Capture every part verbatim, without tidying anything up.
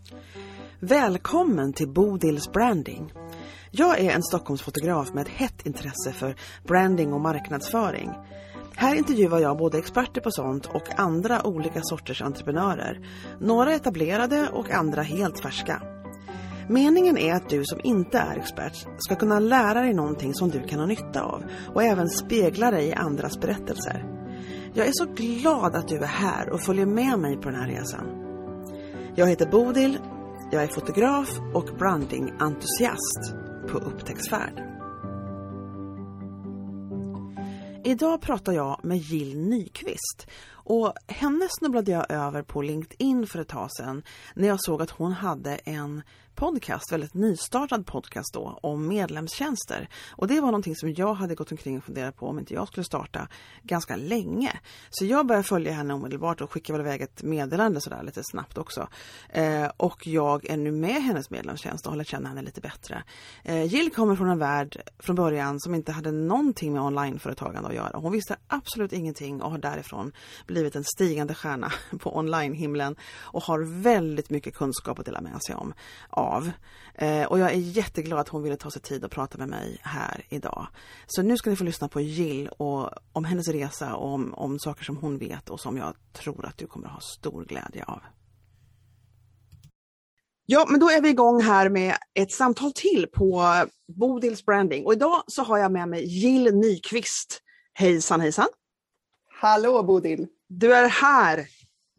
Välkommen till Bodils Branding. Jag är en Stockholmsfotograf med ett hett intresse för branding och marknadsföring. Här intervjuar jag både experter på sånt och andra olika sorters entreprenörer. Några etablerade och andra helt färska. Meningen är att du som inte är expert ska kunna lära dig någonting som du kan ha nytta av och även spegla dig i andras berättelser. Jag är så glad att du är här och följer med mig på den här resan. Jag heter Bodil, jag är fotograf och brandingentusiast på upptäcktsfärd. Idag pratar jag med Jill Nyqvist och henne snubblade jag över på LinkedIn för ett tag sedan när jag såg att hon hade en podcast, väldigt nystartad podcast då, om medlemstjänster. Och det var någonting som jag hade gått omkring och funderat på om inte jag skulle starta ganska länge. Så jag började följa henne omedelbart och skickade väl iväg ett meddelande sådär lite snabbt också. Eh, och jag är nu med hennes medlemstjänst och har lärt känna henne lite bättre. Eh, Jill kommer från en värld från början som inte hade någonting med onlineföretagande att göra. Hon visste absolut ingenting och har därifrån blivit en stigande stjärna på online-himlen och har väldigt mycket kunskap att dela med sig om. Av. Eh, och jag är jätteglad att hon ville ta sig tid att prata med mig här idag. Så nu ska ni få lyssna på Jill och om hennes resa och om, om saker som hon vet och som jag tror att du kommer att ha stor glädje av. Ja, men då är vi igång här med ett samtal till på Bodils Branding. Och idag så har jag med mig Jill Nyqvist. Hejsan, hejsan. Hallå Bodil. Du är här.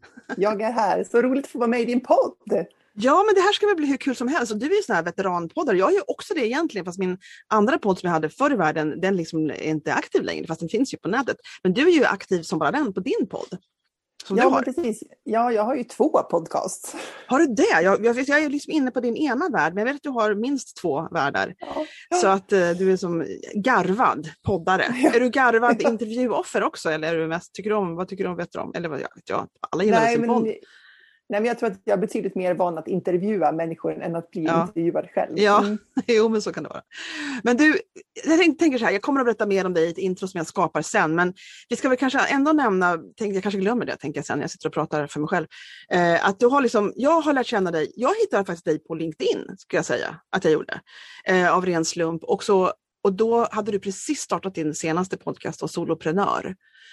Jag är här. Så roligt att få vara med i din podd. Ja, men det här ska väl bli hur kul som helst. Och du är ju sån här veteranpoddar. Jag är ju också det egentligen, fast min andra podd som jag hade förr i världen, den liksom är inte aktiv längre, fast den finns ju på nätet. Men du är ju aktiv som bara den på din podd. Som ja, du har. Men precis. Ja, jag har ju två podcasts. Har du det? Jag, jag, jag är liksom inne på din ena värld, men jag vet att du har minst två världar. Ja. Så att uh, du är som garvad poddare. Ja. Är du garvad intervjuoffer också? Eller är du mest, tycker du om, vad tycker du om, vet du om? Eller vad jag vet jag, alla gillar Nej, sin men... podd. Nej, men jag tror att jag är betydligt mer van att intervjua människor än att bli ja. intervjuad själv. Ja, mm. jo, men så kan det vara. Men du, jag tänker så här, jag kommer att berätta mer om dig i ett intro som jag skapar sen, men vi ska väl kanske ändå nämna, tänk, jag kanske glömmer det, tänker jag sen när jag sitter och pratar för mig själv, eh, att du har liksom, jag har lärt känna dig, jag hittade faktiskt dig på LinkedIn, ska jag säga, att jag gjorde, eh, av ren slump, och, så, och då hade du precis startat din senaste podcast om soloprenör.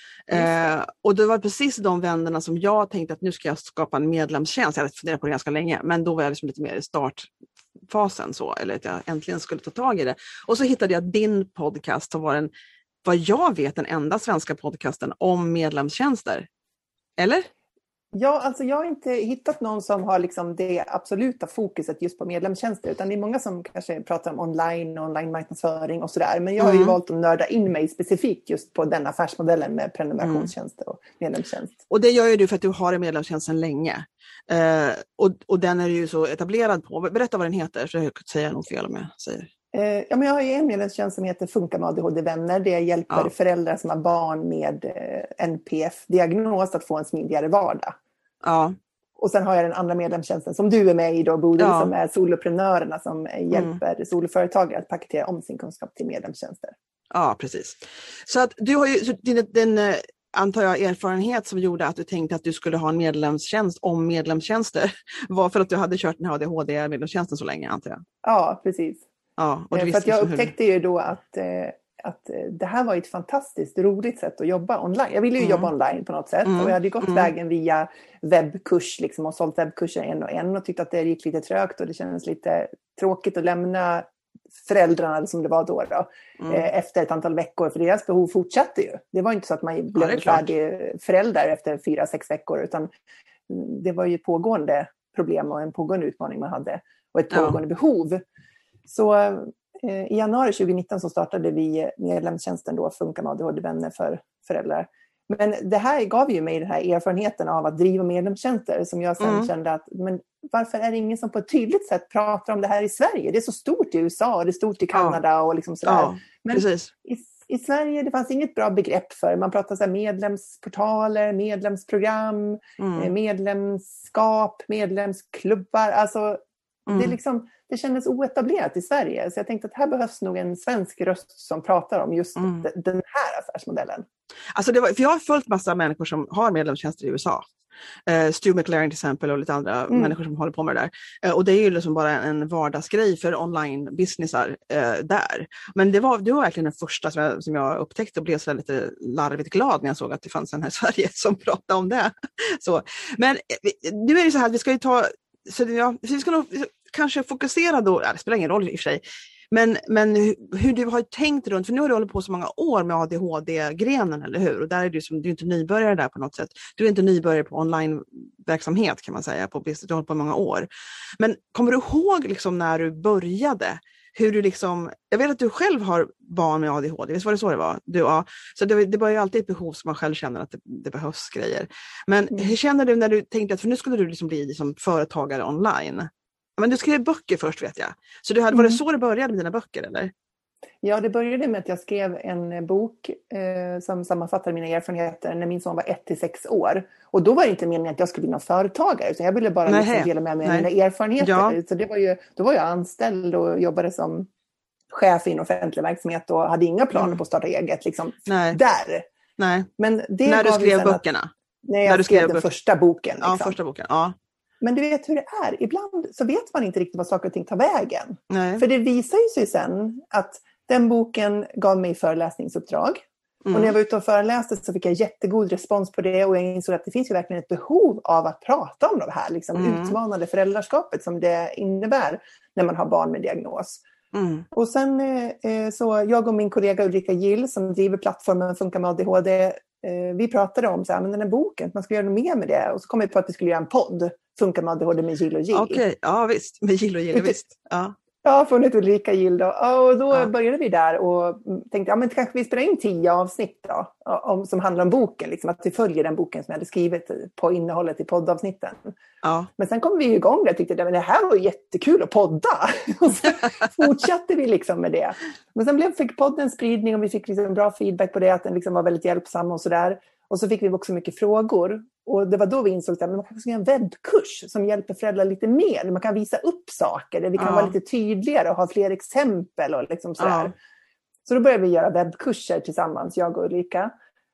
Eh, och det var precis de vännerna som jag tänkte att nu ska jag skapa en medlemstjänst. Jag hade funderat på det ganska länge, men då var jag liksom lite mer i startfasen så, eller att jag äntligen skulle ta tag i det. Och så hittade jag din podcast som var en, vad jag vet, den enda svenska podcasten om medlemstjänster. Eller? Ja, alltså jag har inte hittat någon som har liksom det absoluta fokuset just på medlemstjänster, utan det är många som kanske pratar om online och online-marknadsföring och sådär. Men jag har ju mm. valt att nörda in mig specifikt just på den affärsmodellen med prenumerationstjänster och medlemstjänst. Och det gör ju du för att du har en medlemstjänst sedan länge. Eh, och, och den är ju så etablerad på. Berätta vad den heter, så jag säger nog fel om jag säger. Eh, ja, men jag har ju en medlemstjänst som heter Funka med A D H D-vänner. Det hjälper ja. föräldrar som har barn med eh, N P F-diagnos att få en smidigare vardag. Ja. Och sen har jag den andra medlemstjänsten som du är med i då, Bodil, ja. som är soloprenörerna som hjälper mm. soloföretagare att paketera om sin kunskap till medlemstjänster. Ja, precis. Så att du har ju så din, den, antar jag, erfarenhet som gjorde att du tänkte att du skulle ha en medlemstjänst om medlemstjänster var för att du hade kört den här A D H D-medlemstjänsten så länge, antar jag. Ja, precis. Ja, och du för att jag upptäckte hur... ju då att... Eh, att det här var ett fantastiskt roligt sätt att jobba online. Jag ville ju mm. jobba online på något sätt. Mm. Och jag hade gått mm. vägen via webbkurs liksom, och sålt webbkurser en och en. Och tyckte att det gick lite trögt och det kändes lite tråkigt att lämna föräldrarna som det var då. då mm. Efter ett antal veckor. För deras behov fortsatte ju. Det var inte så att man blev ja, färdig förälder efter fyra, sex veckor. Utan det var ju pågående problem och en pågående utmaning man hade. Och ett pågående ja. behov. Så... I januari tjugonitton så startade vi medlemstjänsten då, Funka med A D H D-vänner för föräldrar. Men det här gav ju mig den här erfarenheten av att driva medlemstjänster som jag sen mm. kände att, men varför är det ingen som på ett tydligt sätt pratar om det här i Sverige? Det är så stort i U S A och det är stort i Kanada ja. och liksom sådär. Ja, men precis. I, i Sverige det fanns inget bra begrepp för. Man pratar så här medlemsportaler, medlemsprogram, mm. medlemskap, medlemsklubbar. Alltså mm. det är liksom... Det kändes oetablerat i Sverige. Så jag tänkte att här behövs nog en svensk röst som pratar om just mm. den här affärsmodellen. Alltså det var, för jag har följt massa människor som har medlemstjänster i U S A. Eh, Stu McLaren till exempel och lite andra mm. människor som håller på med det där. Eh, och det är ju liksom bara en vardagsgrej för online-businessar eh, där. Men det var, det var verkligen den första som jag, som jag upptäckte och blev så lite larvigt glad när jag såg att det fanns en här i Sverige som pratade om det. Så. Men eh, nu är det så här att vi ska ju ta, så ja, vi ska nog kanske fokusera då, ja, det spelar ingen roll i och för sig, Men, men hur du har tänkt runt, för nu har du hållit på så många år med A D H D-grenen, eller hur? Och där är du, som, du är inte nybörjare där på något sätt. Du är inte nybörjare på online-verksamhet kan man säga, på business, du har hållit på många år. Men kommer du ihåg liksom när du började? Hur du liksom, jag vet att du själv har barn med A D H D, visst var det så det var? Du, ja. Så det, det var ju alltid ett behov som man själv känner att det, det behövs grejer. Men mm. hur känner du när du tänkte att, för nu skulle du liksom bli liksom företagare online? Men du skrev böcker först vet jag. Så du hade, var det så det började med dina böcker eller? Ja, det började med att jag skrev en bok eh, som sammanfattar mina erfarenheter när min son var ett till sex år. Och då var det inte meningen att jag skulle bli någon företagare. Så jag ville bara liksom dela med mig av mina erfarenheter. Ja. Så det var ju, då var jag anställd och jobbade som chef i en offentlig verksamhet och hade inga planer mm. på att starta eget. Liksom. Nej. Där. Nej. Men det när du skrev böckerna? Att, när jag när du skrev, skrev den böcker. första boken. Liksom. Ja, första boken. Ja. Men du vet hur det är. Ibland så vet man inte riktigt vad saker och ting tar vägen. Nej. För det visar ju sig sen att den boken gav mig föreläsningsuppdrag. Mm. Och när jag var ute och föreläste så fick jag jättegod respons på det. Och jag insåg att det finns ju verkligen ett behov av att prata om det här. Liksom, mm. utmanande föräldraskapet som det innebär när man har barn med diagnos. Mm. Och sen eh, så jag och min kollega Ulrika Gill som driver plattformen Funka med A D H D. Eh, vi pratade om så här, men den här boken, man ska göra något mer med det. Och så kom vi på att vi skulle göra en podd. Funka med A D H D med Gill och Gill. Okej, okay. Ja visst. Med Gill och Gill, visst. Ja. Ja, funnit Ulrika Gill då. Och då ja. började vi där och tänkte, ja men kanske vi spelar in tio avsnitt då. Om, som handlar om boken, liksom, att vi följer den boken som jag hade skrivit på innehållet i poddavsnitten. Ja. Men sen kom vi igång där och tyckte, att det här var jättekul att podda. Och så fortsatte vi liksom med det. Men sen blev, fick podden spridning och vi fick liksom bra feedback på det, att den liksom var väldigt hjälpsam och sådär. Och så fick vi också mycket frågor. Och det var då vi insåg att man kan göra en webbkurs som hjälper föräldrar lite mer. Man kan visa upp saker där vi kan ja. vara lite tydligare och ha fler exempel och liksom sådär. Ja. Så då började vi göra webbkurser tillsammans, jag och Ulrika.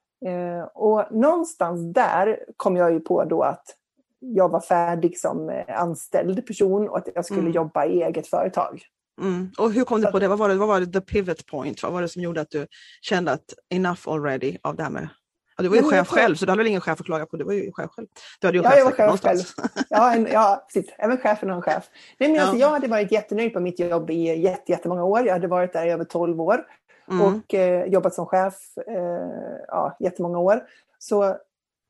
Eh, och någonstans där kom jag ju på då att jag var färdig som anställd person och att jag skulle mm. jobba i eget företag. Mm. Och hur kom du på det? Vad var det? Vad var det the pivot point? Vad var det som gjorde att du kände att enough already av det här med... Ja, du var ju chef själv, så du hade väl ingen chef att klaga på. Du var ju chef själv. Du hade ju ja, jag var chef själv. Ja, en, ja, precis. Även chefen har en chef. Nej, men ja. alltså, jag hade varit jättenöjd på mitt jobb i jätte, jättemånga år. Jag hade varit där i över tolv år. Mm. Och eh, jobbat som chef eh, ja, jättemånga år. Så eh,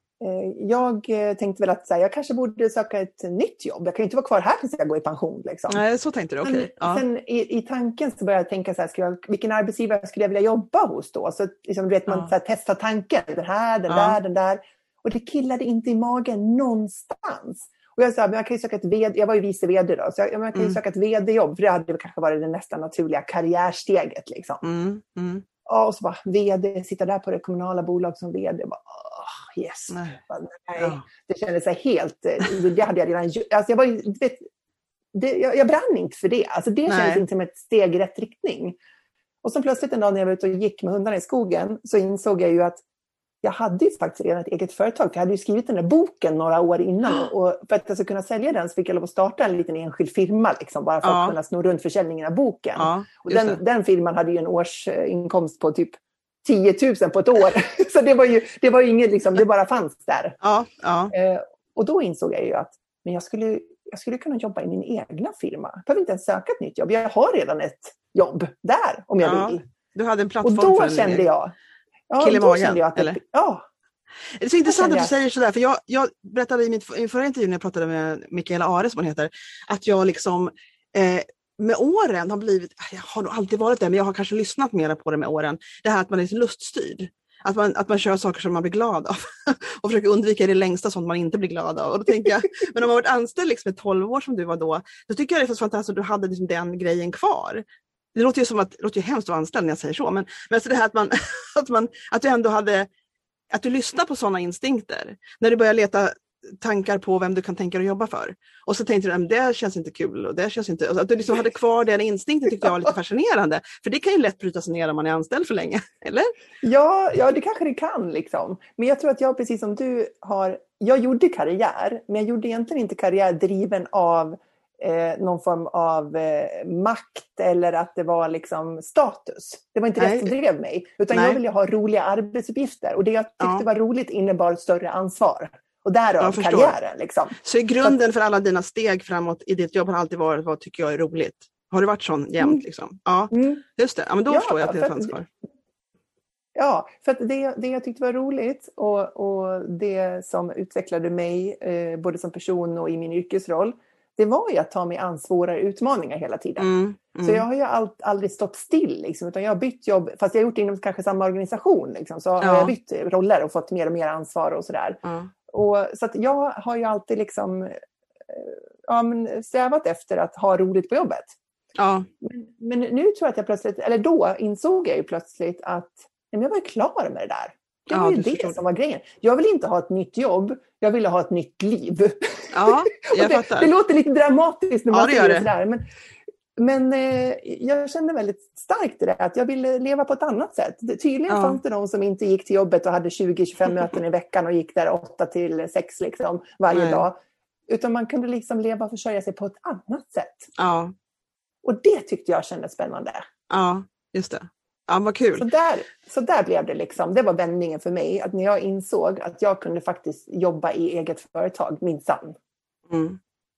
jag tänkte väl att så här, jag kanske borde söka ett nytt jobb. Jag kan ju inte vara kvar här tills jag går i pension. Liksom. Nej, så tänkte du. Okej. Okay. Ja. Sen i, i tanken så började jag tänka så här, ska jag, vilken arbetsgivare skulle jag vilja jobba hos då? Så liksom, du vet, man ja. så här, testar tanken. Den här, den ja. där, den där. Och det killade inte i magen någonstans. Och jag sa, men jag kan ju söka ett vd. Jag var ju vice vd då. Så jag, jag kan ju mm. söka ett vd-jobb. För det hade kanske varit det nästan naturliga karriärsteget. Liksom. Mm. Mm. Ja, och så bara vd, sitta där på det kommunala bolag som vd. Bara, oh, yes. Nej. Bara, nej. Ja. Det kändes så helt, det hade jag redan, alltså jag var ju, vet, det, jag, jag brann inte för det. Alltså det kändes inte som ett steg i rätt riktning. Och så plötsligt en dag när jag var ute och gick med hundarna i skogen så insåg jag ju att jag hade ju faktiskt redan ett eget företag. För jag hade ju skrivit den där boken några år innan. Och för att jag skulle kunna sälja den så fick jag lov att starta en liten enskild firma. Liksom, bara för ja. att kunna sno runt försäljningen av boken. Ja, och den, den firman hade ju en årsinkomst på typ tio tusen på ett år. Så det var ju, det var ju inget, liksom, det bara fanns där. Ja, ja. Eh, och då insåg jag ju att men jag, skulle, jag skulle kunna jobba i min egna firma. Jag behöver inte ens söka ett nytt jobb. Jag har redan ett jobb där om jag ja. vill. Du hade en plattform och då för kände en jag Ja, Kill i magen, jag att det, eller? Ja. Det är så intressant att du säger sådär, för jag, jag berättade i min förra intervju när jag pratade med Mikaela Are, som hon heter, att jag liksom eh, med åren har blivit, jag har nog alltid varit det, men jag har kanske lyssnat mer på det med åren, det här att man är luststyrd. Att man, att man kör saker som man blir glad av och försöker undvika det längsta sånt man inte blir glad av. Och då tänker jag, men om man varit anställd liksom i tolv år som du var då, då tycker jag det är så fantastiskt att du hade liksom den grejen kvar. Det låter ju som att det låter ju hemskt att vara anställd när jag säger så, men, men alltså det här att, man, att, man, att du ändå hade, att du lyssnar på sådana instinkter när du börjar leta tankar på vem du kan tänka dig att jobba för. Och så tänkte du, men det känns inte kul och det känns inte, alltså att du liksom hade kvar den instinkten tyckte jag var lite fascinerande. För det kan ju lätt brytas ner om man är anställd för länge, eller? Ja, ja det kanske det kan liksom. Men jag tror att jag precis som du har jag gjorde karriär, men jag gjorde egentligen inte karriär driven av eh, någon form av eh, makt eller att det var liksom status. Det var inte Nej. det som drev mig, utan Nej. jag ville ha roliga arbetsuppgifter. Och det jag tyckte ja. var roligt innebar större ansvar. Och därav karriären. Liksom. Så i grunden att, för alla dina steg framåt i ditt jobb har alltid varit vad tycker jag är roligt? Har det varit sån jämt? Mm. Liksom? Ja, mm. just det. Ja, men då ja, förstår jag att det är ett ansvar. Ja, för att det, det jag tyckte var roligt och, och det som utvecklade mig eh, både som person och i min yrkesroll, det var ju att ta mig an svårare utmaningar hela tiden. Mm, mm. Så jag har ju all, aldrig stått still, liksom, utan jag har bytt jobb, fast jag har gjort det inom kanske samma organisation. Liksom, så ja. har jag bytt roller och fått mer och mer ansvar och sådär. Ja. Och, så att jag har ju alltid liksom, eh, ja, men strävat efter att ha roligt på jobbet. Ja. Men, men nu tror jag att jag plötsligt, eller då insåg jag ju plötsligt att men jag var klar med det där. Det var ja, ju det som var grejen. Jag vill inte ha ett nytt jobb. Jag ville ha ett nytt liv. Ja, jag det, fattar. Det låter lite dramatiskt när man ja, säger det sådär. Men, men eh, jag kände väldigt starkt det att jag ville leva på ett annat sätt. Det, tydligen ja. fanns det någon som inte gick till jobbet och hade tjugo till tjugofem möten i veckan och gick där åtta till sex liksom, varje Nej. dag. Utan man kunde liksom leva och försörja sig på ett annat sätt. Ja. Och det tyckte jag kändes spännande. Ja, just det. Ja, vad kul. Så där, så där blev det liksom. Det var vändningen för mig. Att när jag insåg att jag kunde faktiskt jobba i eget företag, minsann. Mm.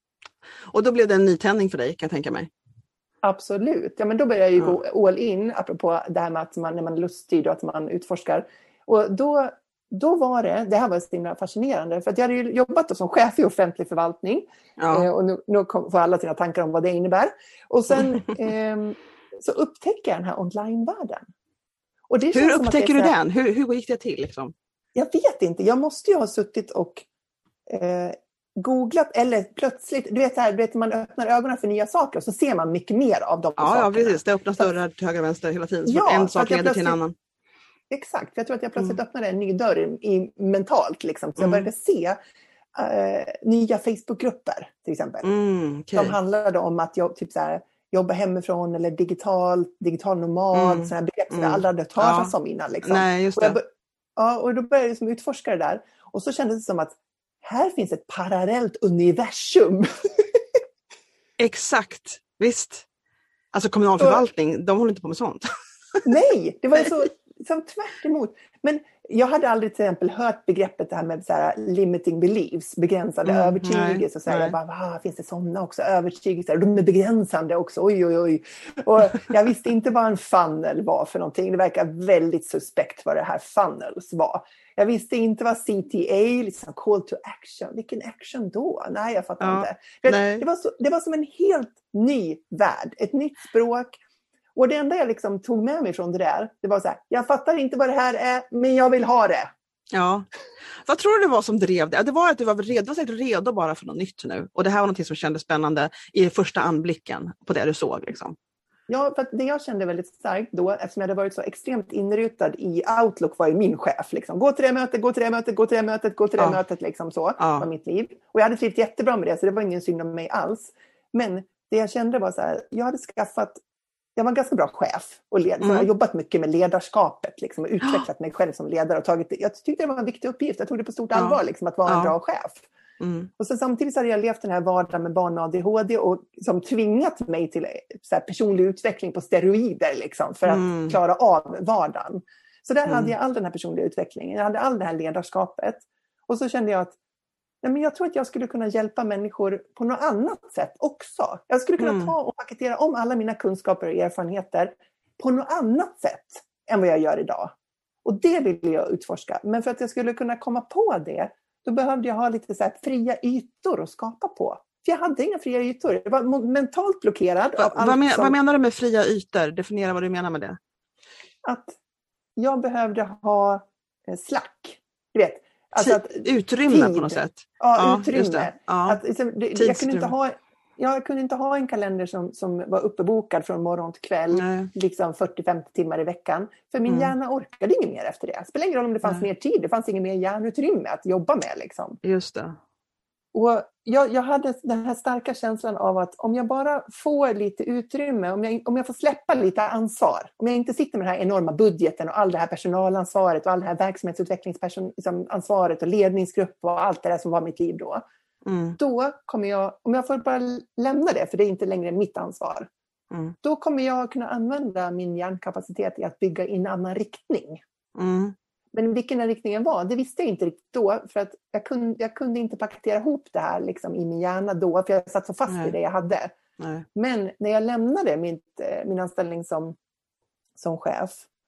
Och då blev det en nytändning för dig, kan jag tänka mig. Absolut. Ja, men då började jag ju ja. gå all in, apropå det här med att man, när man är lustig och att man utforskar. Och då, då var det, det här var så himla fascinerande. För att jag hade ju jobbat då som chef i offentlig förvaltning. Ja. Eh, och nu, nu får alla sina tankar om vad det innebär. Och sen... eh, så upptäcker jag den här online-världen. Och det hur upptäcker du här, den? Hur, hur gick det till? Liksom? Jag vet inte. Jag måste ju ha suttit och eh, googlat. Eller plötsligt, du vet, här, du vet man öppnar ögonen för nya saker. Och så ser man mycket mer av de ja, sakerna. Ja, precis. Det öppnas dörrar till höger och vänster hela tiden. Så ja, en sak leder till en annan. Exakt. Jag tror att jag plötsligt mm. öppnade en ny dörr i, i, mentalt. Liksom. Så mm. jag började se eh, nya Facebookgrupper till exempel. Mm, okay. Som handlade om att jag typ så här... jobba hemifrån eller digital, digital nomad, mm. sådana begrepp som mm. jag aldrig hade hört talas ja. om innan. Liksom. Nej, just det. Och, jag, ja, och då började jag liksom utforska det där. Och så kändes det som att här finns ett parallellt universum. Exakt, visst. Alltså kommunalförvaltning, så, de håller inte på med sånt. Nej, det var så som tvärt emot. Men jag hade aldrig till exempel hört begreppet det här med så här limiting beliefs, begränsade mm, övertygelser. Så jag bara, va, finns det sådana också? Övertygelser, de är begränsande också, oj oj oj. Och jag visste inte vad en funnel var för någonting. Det verkar väldigt suspekt vad det här funnels var. Jag visste inte vad C T A, liksom call to action. Vilken action då? Nej, jag fattar ja, inte. Det, det, var så, det var som en helt ny värld, ett nytt språk. Och det enda jag liksom tog med mig från det där, det var så här, jag fattar inte vad det här är, men jag vill ha det. Ja. Vad tror du det var som drev det? Det var att du var redo, du var säkert redo bara för något nytt nu. Och det här var något som kändes spännande i första anblicken på det du såg. Liksom. Ja, för att det jag kände väldigt starkt då, eftersom jag hade varit så extremt inrutad i Outlook, var ju min chef. Liksom. Gå till det mötet, gå till det mötet, gå till det mötet, gå till det ja. mötet. Liksom så ja. var mitt liv. Och jag hade trivt jättebra med det, så det var ingen synd om mig alls. Men det jag kände var så här, jag hade skaffat Jag var en ganska bra chef och led, mm. jag har jobbat mycket med ledarskapet liksom, och utvecklat mig själv som ledare. Och tagit, jag tyckte det var en viktig uppgift, jag tog det på stort allvar ja. liksom, att vara ja. en bra chef. Mm. Och sen samtidigt så hade jag levt den här vardagen med barn med A D H D och som tvingat mig till så här, personlig utveckling på steroider liksom, för att mm. klara av vardagen. Så där mm. hade jag all den här personliga utvecklingen, jag hade all det här ledarskapet. Och så kände jag att nej, men jag tror att jag skulle kunna hjälpa människor på något annat sätt också. Jag skulle kunna mm. ta och paketera om alla mina kunskaper och erfarenheter på något annat sätt än vad jag gör idag. Och det ville jag utforska. Men för att jag skulle kunna komma på det, då behövde jag ha lite så här fria ytor att skapa på. För jag hade inga fria ytor. Jag var mentalt blockerad. Va, av allt vad, men, som... vad menar du med fria ytor? Definiera vad du menar med det. Att jag behövde ha eh, slack. Du vet. Alltså att, utrymme tid. På något sätt. Ja, ja utrymme. Ja. Att, liksom, det, jag, kunde inte ha, jag kunde inte ha en kalender som, som var uppbokad från morgon till kväll. Nej. Liksom fyrtio till femtio timmar i veckan. För min mm. hjärna orkade inget mer efter det. Det spelar ingen roll om det fanns Nej. mer tid. Det fanns inget mer hjärnutrymme att jobba med. Liksom. Just det. Och jag, jag hade den här starka känslan av att om jag bara får lite utrymme, om jag, om jag får släppa lite ansvar, om jag inte sitter med den här enorma budgeten och all det här personalansvaret och all det här verksamhetsutvecklingsansvaret och ledningsgrupp och allt det där som var mitt liv då. Mm. Då kommer jag, om jag får bara lämna det, för det är inte längre mitt ansvar, mm. då kommer jag kunna använda min hjärnkapacitet i att bygga in en annan riktning. Mm. Men vilken den riktningen var, det visste jag inte riktigt då. För att jag kunde, jag kunde inte paketera ihop det här liksom i min hjärna då. För jag satt så fast Nej. i det jag hade. Nej. Men när jag lämnade mitt, min anställning som, som chef.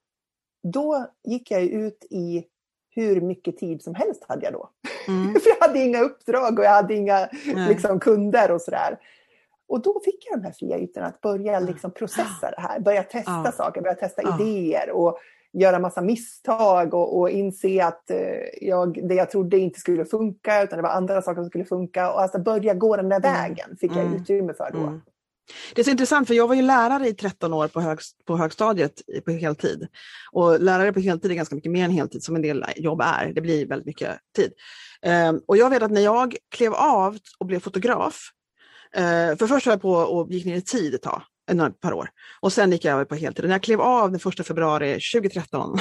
Då gick jag ut i hur mycket tid som helst hade jag då. Mm. För jag hade inga uppdrag och jag hade inga liksom, kunder och sådär. Och då fick jag de här fria ytorna att börja liksom, processa det här. Börja testa ja. saker, börja testa ja. idéer och göra massa misstag och, och inse att eh, jag, det jag trodde inte skulle funka utan det var andra saker som skulle funka och alltså börja gå den där mm. vägen fick jag utrymme för då. Mm. Det är så intressant för jag var ju lärare i tretton år på, hög, på högstadiet på heltid och lärare på heltid är ganska mycket mer än heltid som en del jobb är, det blir väldigt mycket tid. Um, och jag vet att när jag klev av och blev fotograf, uh, för först var jag på och gick ner i tid ett tag. Ett par år. Och sen gick jag över på heltid. Och när jag klev av den första februari tjugohundratretton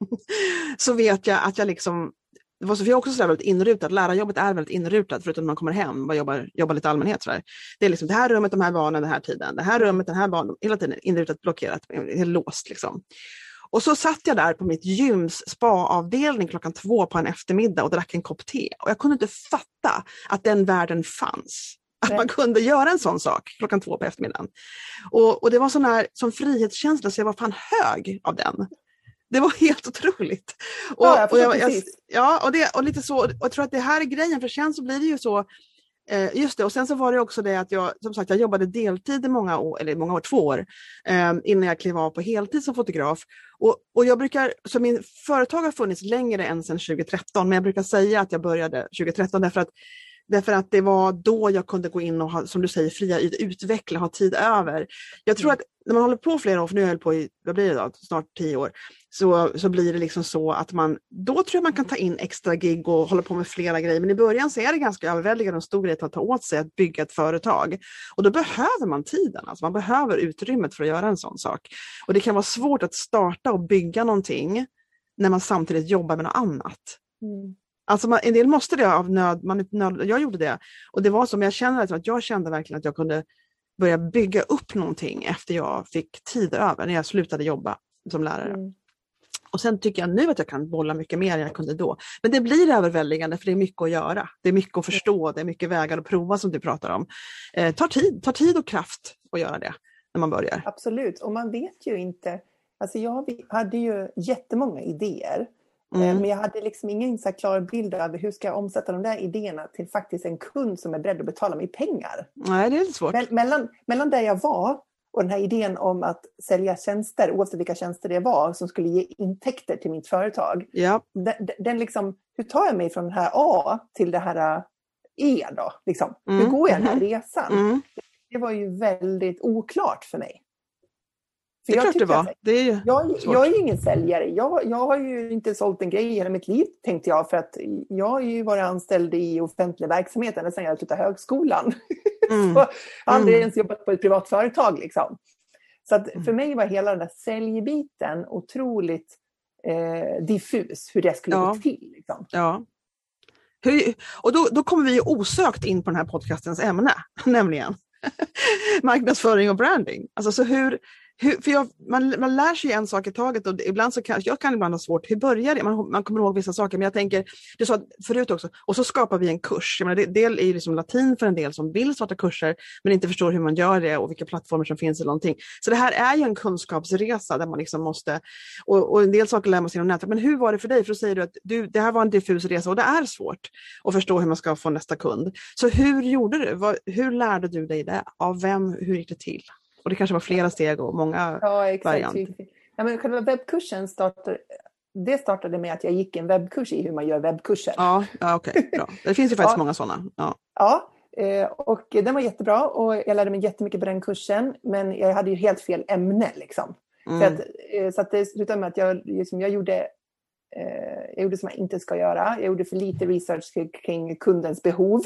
så vet jag att jag liksom, det var så, för jag är också så väldigt inrutad. Lärarjobbet är väldigt inrutat förutom när man kommer hem och jobbar, jobbar lite allmänhet. Så där. Det är liksom det här rummet, de här barnen, den här tiden. Det här rummet, den här barnen, hela tiden inrutat, blockerat, helt låst liksom. Och så satt jag där på mitt gyms spa-avdelning klockan två på en eftermiddag och drack en kopp te. Och jag kunde inte fatta att den världen fanns. Att Nej. man kunde göra en sån sak klockan två på eftermiddagen. Och, och det var sån här som frihetskänsla så jag var fan hög av den. Det var helt otroligt. Och, ja, jag och, jag, jag, ja, och, det, och lite så, och jag tror att det här är grejen, för sen så blir det ju så, eh, just det, och sen så var det också det att jag, som sagt, jag jobbade deltid i många år, eller många år, två år, eh, innan jag klev av på heltid som fotograf. Och, och jag brukar, så min företag har funnits längre än sedan tjugohundratretton, men jag brukar säga att jag började tjugohundratretton därför att Därför att det var då jag kunde gå in och ha, som du säger, fria utveckla, ha tid över. Jag tror mm. att när man håller på flera år, för nu har jag hållit på i, vad blir det då, snart tio år, så, så blir det liksom så att man, då tror jag man kan ta in extra gig och hålla på med flera grejer. Men i början så är det ganska överväldigande och stor grej att ta åt sig att bygga ett företag. Och då behöver man tiden, alltså man behöver utrymmet för att göra en sån sak. Och det kan vara svårt att starta och bygga någonting när man samtidigt jobbar med något annat. Mm. Alltså man, en del måste det av nöd, man, nöd, jag gjorde det. Och det var som jag kände, att jag kände verkligen att jag kunde börja bygga upp någonting efter jag fick tid över, när jag slutade jobba som lärare. Mm. Och sen tycker jag nu att jag kan bolla mycket mer än jag kunde då. Men det blir överväldigande för det är mycket att göra. Det är mycket att förstå, det är mycket vägar att prova som du pratar om. Eh, tar tid, tar tid och kraft att göra det när man börjar. Absolut, och man vet ju inte, alltså jag hade ju jättemånga idéer. Mm. Men jag hade liksom ingen så här klar bild av hur ska jag omsätta de där idéerna till faktiskt en kund som är beredd att betala mig pengar. Nej, det är lite svårt. Me- mellan, mellan där jag var och den här idén om att sälja tjänster, oavsett vilka tjänster det var, som skulle ge intäkter till mitt företag. Ja. Den, den liksom, hur tar jag mig från den här A till det här E då? Liksom? Mm. Hur går jag den här resan? Mm. Det var ju väldigt oklart för mig. För det är klart det var. Det är ju jag, jag är ju ingen säljare. Jag, jag har ju inte sålt en grej i hela mitt liv, tänkte jag. För att jag har ju varit anställd i offentlig verksamhet ända sedan jag slutade högskolan. Mm. Så aldrig mm. ens jobbat på ett privat företag. Liksom. Så att för mig var hela den där säljbiten otroligt eh, diffus. Hur det skulle ja. gå till. Liksom. Ja. Hur, och då, då kommer vi ju osökt in på den här podcastens ämne. Nämligen marknadsföring och branding. Alltså så hur... Hur, för jag, man, man lär sig en sak i taget och ibland så kan, jag kan ibland ha svårt, hur börjar det? Man, man kommer ihåg vissa saker, men jag tänker, du sa förut också, och så skapar vi en kurs. Jag menar, det, det är ju liksom latin för en del som vill starta kurser men inte förstår hur man gör det och vilka plattformar som finns eller någonting. Så det här är ju en kunskapsresa där man liksom måste, och, och en del saker lär man sig inom nätet. Men hur var det för dig? För då säger du att du, det här var en diffus resa och det är svårt att förstå hur man ska få nästa kund. Så hur gjorde du? Vad, hur lärde du dig det? Av vem? Hur gick det till? Och det kanske var flera steg och många ja, exakt. varianter. Ja, men själva webbkursen startade, det startade med att jag gick en webbkurs i hur man gör webbkurser. Ja, ja okej. Okay, bra. Det finns ju faktiskt ja. många sådana. Ja, ja och den var jättebra och jag lärde mig jättemycket på den kursen. Men jag hade ju helt fel ämne liksom. Mm. Så, att, så att det slutade med att jag, liksom, jag, gjorde, jag gjorde som jag inte ska göra. Jag gjorde för lite research kring kundens behov.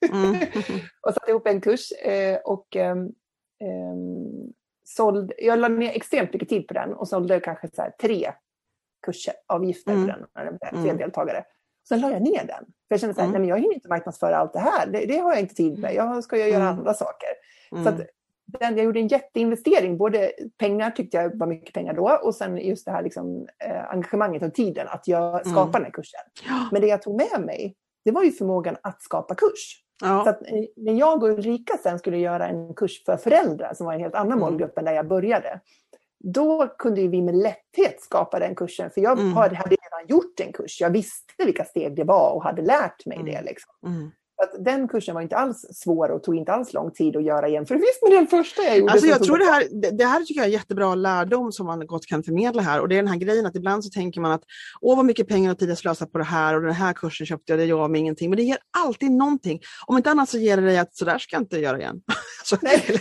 Mm. och satte ihop en kurs eh, och eh, eh, sålde, jag la ner extremt mycket tid på den och sålde kanske så här tre kurser, avgifter mm. för den, för mm. deltagare. Sen la jag ner den. För jag kände så här, mm. nej men jag hinner inte marknadsföra allt det här. Det, det har jag inte tid med. Jag ska jag göra mm. andra saker. Mm. Så att den, jag gjorde en jätteinvestering. Både pengar tyckte jag var mycket pengar då. Och sen just det här liksom, eh, engagemanget och tiden att jag skapade mm. den här kursen. Men det jag tog med mig, det var ju förmågan att skapa kurs. Ja. Så att när jag och Ulrika sen skulle göra en kurs för föräldrar som var en helt annan mm. målgrupp än där jag började. Då kunde vi med lätthet skapa den kursen. För jag mm. hade redan gjort en kurs. Jag visste vilka steg det var och hade lärt mig mm. det. Liksom. Mm. Att den kursen var inte alls svår och tog inte alls lång tid att göra igen. För visst med den första jag gjorde. Alltså jag tror det här, det, det här tycker jag är jättebra lärdom som man gott kan förmedla här. Och det är den här grejen att ibland så tänker man att åh vad mycket pengar och tid jag slösar på det här. Och den här kursen köpte jag, det gör mig ingenting. Men det ger alltid någonting. Om inte annat så ger det dig att sådär ska jag inte göra igen. så,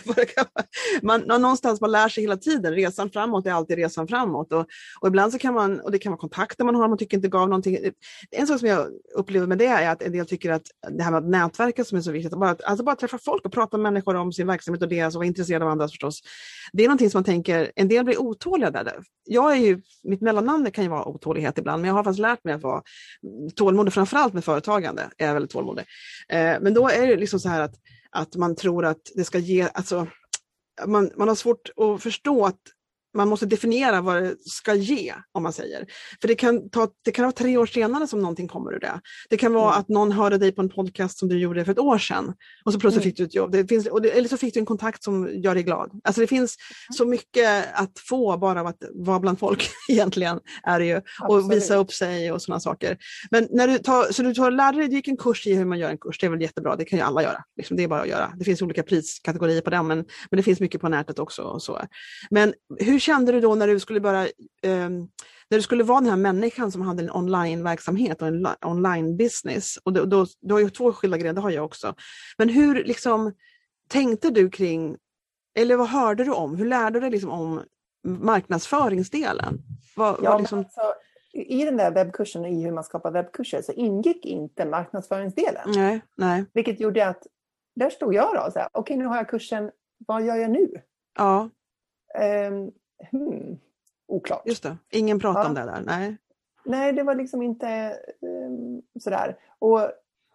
man, någonstans man lär sig hela tiden. Resan framåt är alltid resan framåt. Och, och ibland så kan man, och det kan vara kontakter man har, man tycker inte gav någonting. En sak som jag upplever med det är att en del tycker att det här med nätverket som är så viktigt, att bara, alltså bara träffa folk och prata med människor om sin verksamhet och deras och vara intresserad av andras förstås. Det är någonting som man tänker, en del blir otåliga där. Jag är ju, mitt mellannamn kan ju vara otålighet ibland, men jag har faktiskt lärt mig att vara tålmodig, framförallt med företagande är jag väldigt tålmodig. Eh, men då är det liksom så här att, att man tror att det ska ge, alltså man, man har svårt att förstå att man måste definiera vad det ska ge, om man säger. För det kan, ta, det kan vara tre år senare som någonting kommer ur det. Det kan vara mm. att någon hörde dig på en podcast som du gjorde för ett år sedan. Och så plötsligt mm. fick du ett jobb. Det finns, och det, eller så fick du en kontakt som gör dig glad. Alltså det finns mm. så mycket att få bara av att vara bland folk egentligen är det ju. Absolut. Och visa upp sig och sådana saker. Men när du tar, så du tar lärde dig, du gick en kurs i hur man gör en kurs. Det är väl jättebra, det kan ju alla göra. Liksom, det är bara att göra. Det finns olika priskategorier på den, men, men det finns mycket på nätet också. Och så. Men hur kände du då när du skulle börja, eh, när du skulle vara den här människan som hade en online-verksamhet och en online-business? Och då, då, du har ju två skilda grejer, det har jag också. Men hur liksom tänkte du kring, eller vad hörde du om? Hur lärde du dig liksom om marknadsföringsdelen? Vad, ja, vad liksom... alltså, i den där webbkursen, i hur man skapar webbkurser, så ingick inte marknadsföringsdelen. Nej, nej. Vilket gjorde att, där stod jag då och sa, okej okay, nu har jag kursen, vad gör jag nu? Ja. Um, hmm, oklart. Just det, ingen pratade ja. om det där, nej. Nej, det var liksom inte um, sådär. Och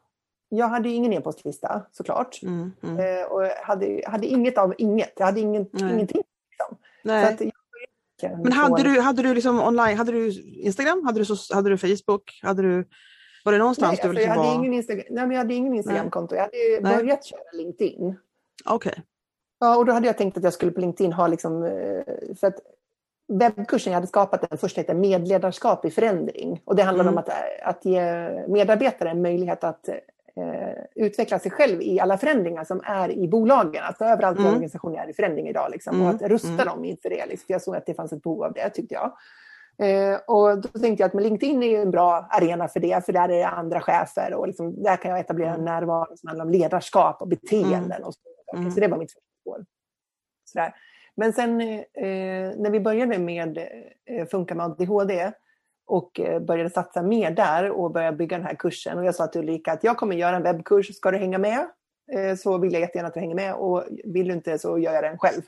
jag hade ju ingen e-postlista, såklart. Mm, mm. Uh, och hade, hade inget av inget. Jag hade ingen, ingenting. Liksom. Nej. Så att jag, Men hade du, hade du liksom online, hade du Instagram, hade du, hade du Facebook, hade du, var det någonstans nej, du alltså, liksom jag hade var... ingen Instagram, nej, men jag hade ingen Instagramkonto. Jag hade ju nej. börjat köra LinkedIn. Okej. Okay. Ja, och då hade jag tänkt att jag skulle på LinkedIn ha liksom, för att webbkursen jag hade skapat, den första heter medledarskap i förändring. Och det handlar mm. om att, att ge medarbetare en möjlighet att eh, utveckla sig själv i alla förändringar som är i bolagen. Alltså överallt mm. i organisationen är i förändring idag. Liksom, mm. Och att rusta mm. dem inför det. Liksom. För jag såg att det fanns ett behov av det, tyckte jag. Eh, och då tänkte jag att med LinkedIn är en bra arena för det. För där är det andra chefer. Och liksom, där kan jag etablera en närvaro som handlar om ledarskap och beteenden. Mm. Och så. Mm. så det var mitt första spår. Sådär. Men sen eh, när vi började med eh, Funka med A D H D och eh, började satsa mer där och började bygga den här kursen. Och jag sa till Ulrika att jag kommer göra en webbkurs, ska du hänga med? Eh, så vill jag jättegärna att du hänger med, och vill du inte så gör jag den själv.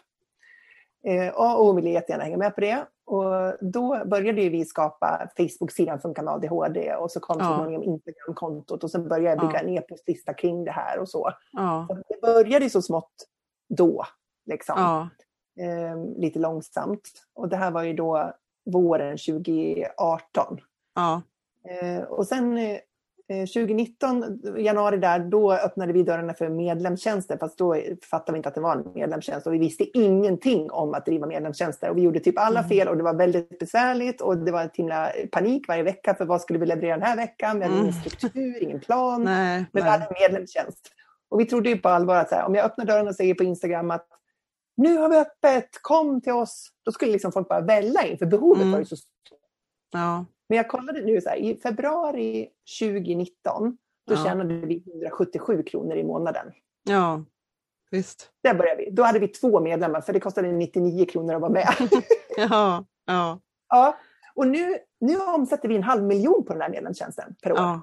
Eh, och hon ville jättegärna hänga med på det. Och då började vi skapa Facebook-sidan Funka med A D H D, och så kom ja. så småningom Instagram-kontot, och sen började jag bygga ja. en e-postlista kring det här och så. Ja. så det började så smått då, liksom. Ja. Eh, lite långsamt. Och det här var ju då våren tjugo arton. Ja. Eh, och sen eh, tjugo nitton, januari där, då öppnade vi dörrarna för medlemstjänster. Fast då fattade vi inte att det var en medlemstjänst. Och vi visste ingenting om att driva medlemstjänster. Och vi gjorde typ alla fel, och det var väldigt besvärligt. Och det var en himla panik varje vecka. För vad skulle vi leverera den här veckan? Vi hade mm. ingen struktur, ingen plan. Nej, men nej. vi hade en medlemstjänst. Och vi trodde ju på allvar att så här, om jag öppnar dörren och säger på Instagram att nu har vi öppet, kom till oss. Då skulle liksom folk bara välla in, för behovet mm. var ju så stort. Ja. Men jag kollade nu så här, i februari tjugo nitton, då ja. tjänade vi hundrasjuttiosju kronor i månaden. Ja, visst. Där började vi. Då hade vi två medlemmar, för det kostade nittionio kronor att vara med. ja, ja. Ja, och nu, nu omsätter vi en halv miljon på den här medlemstjänsten per år. Ja.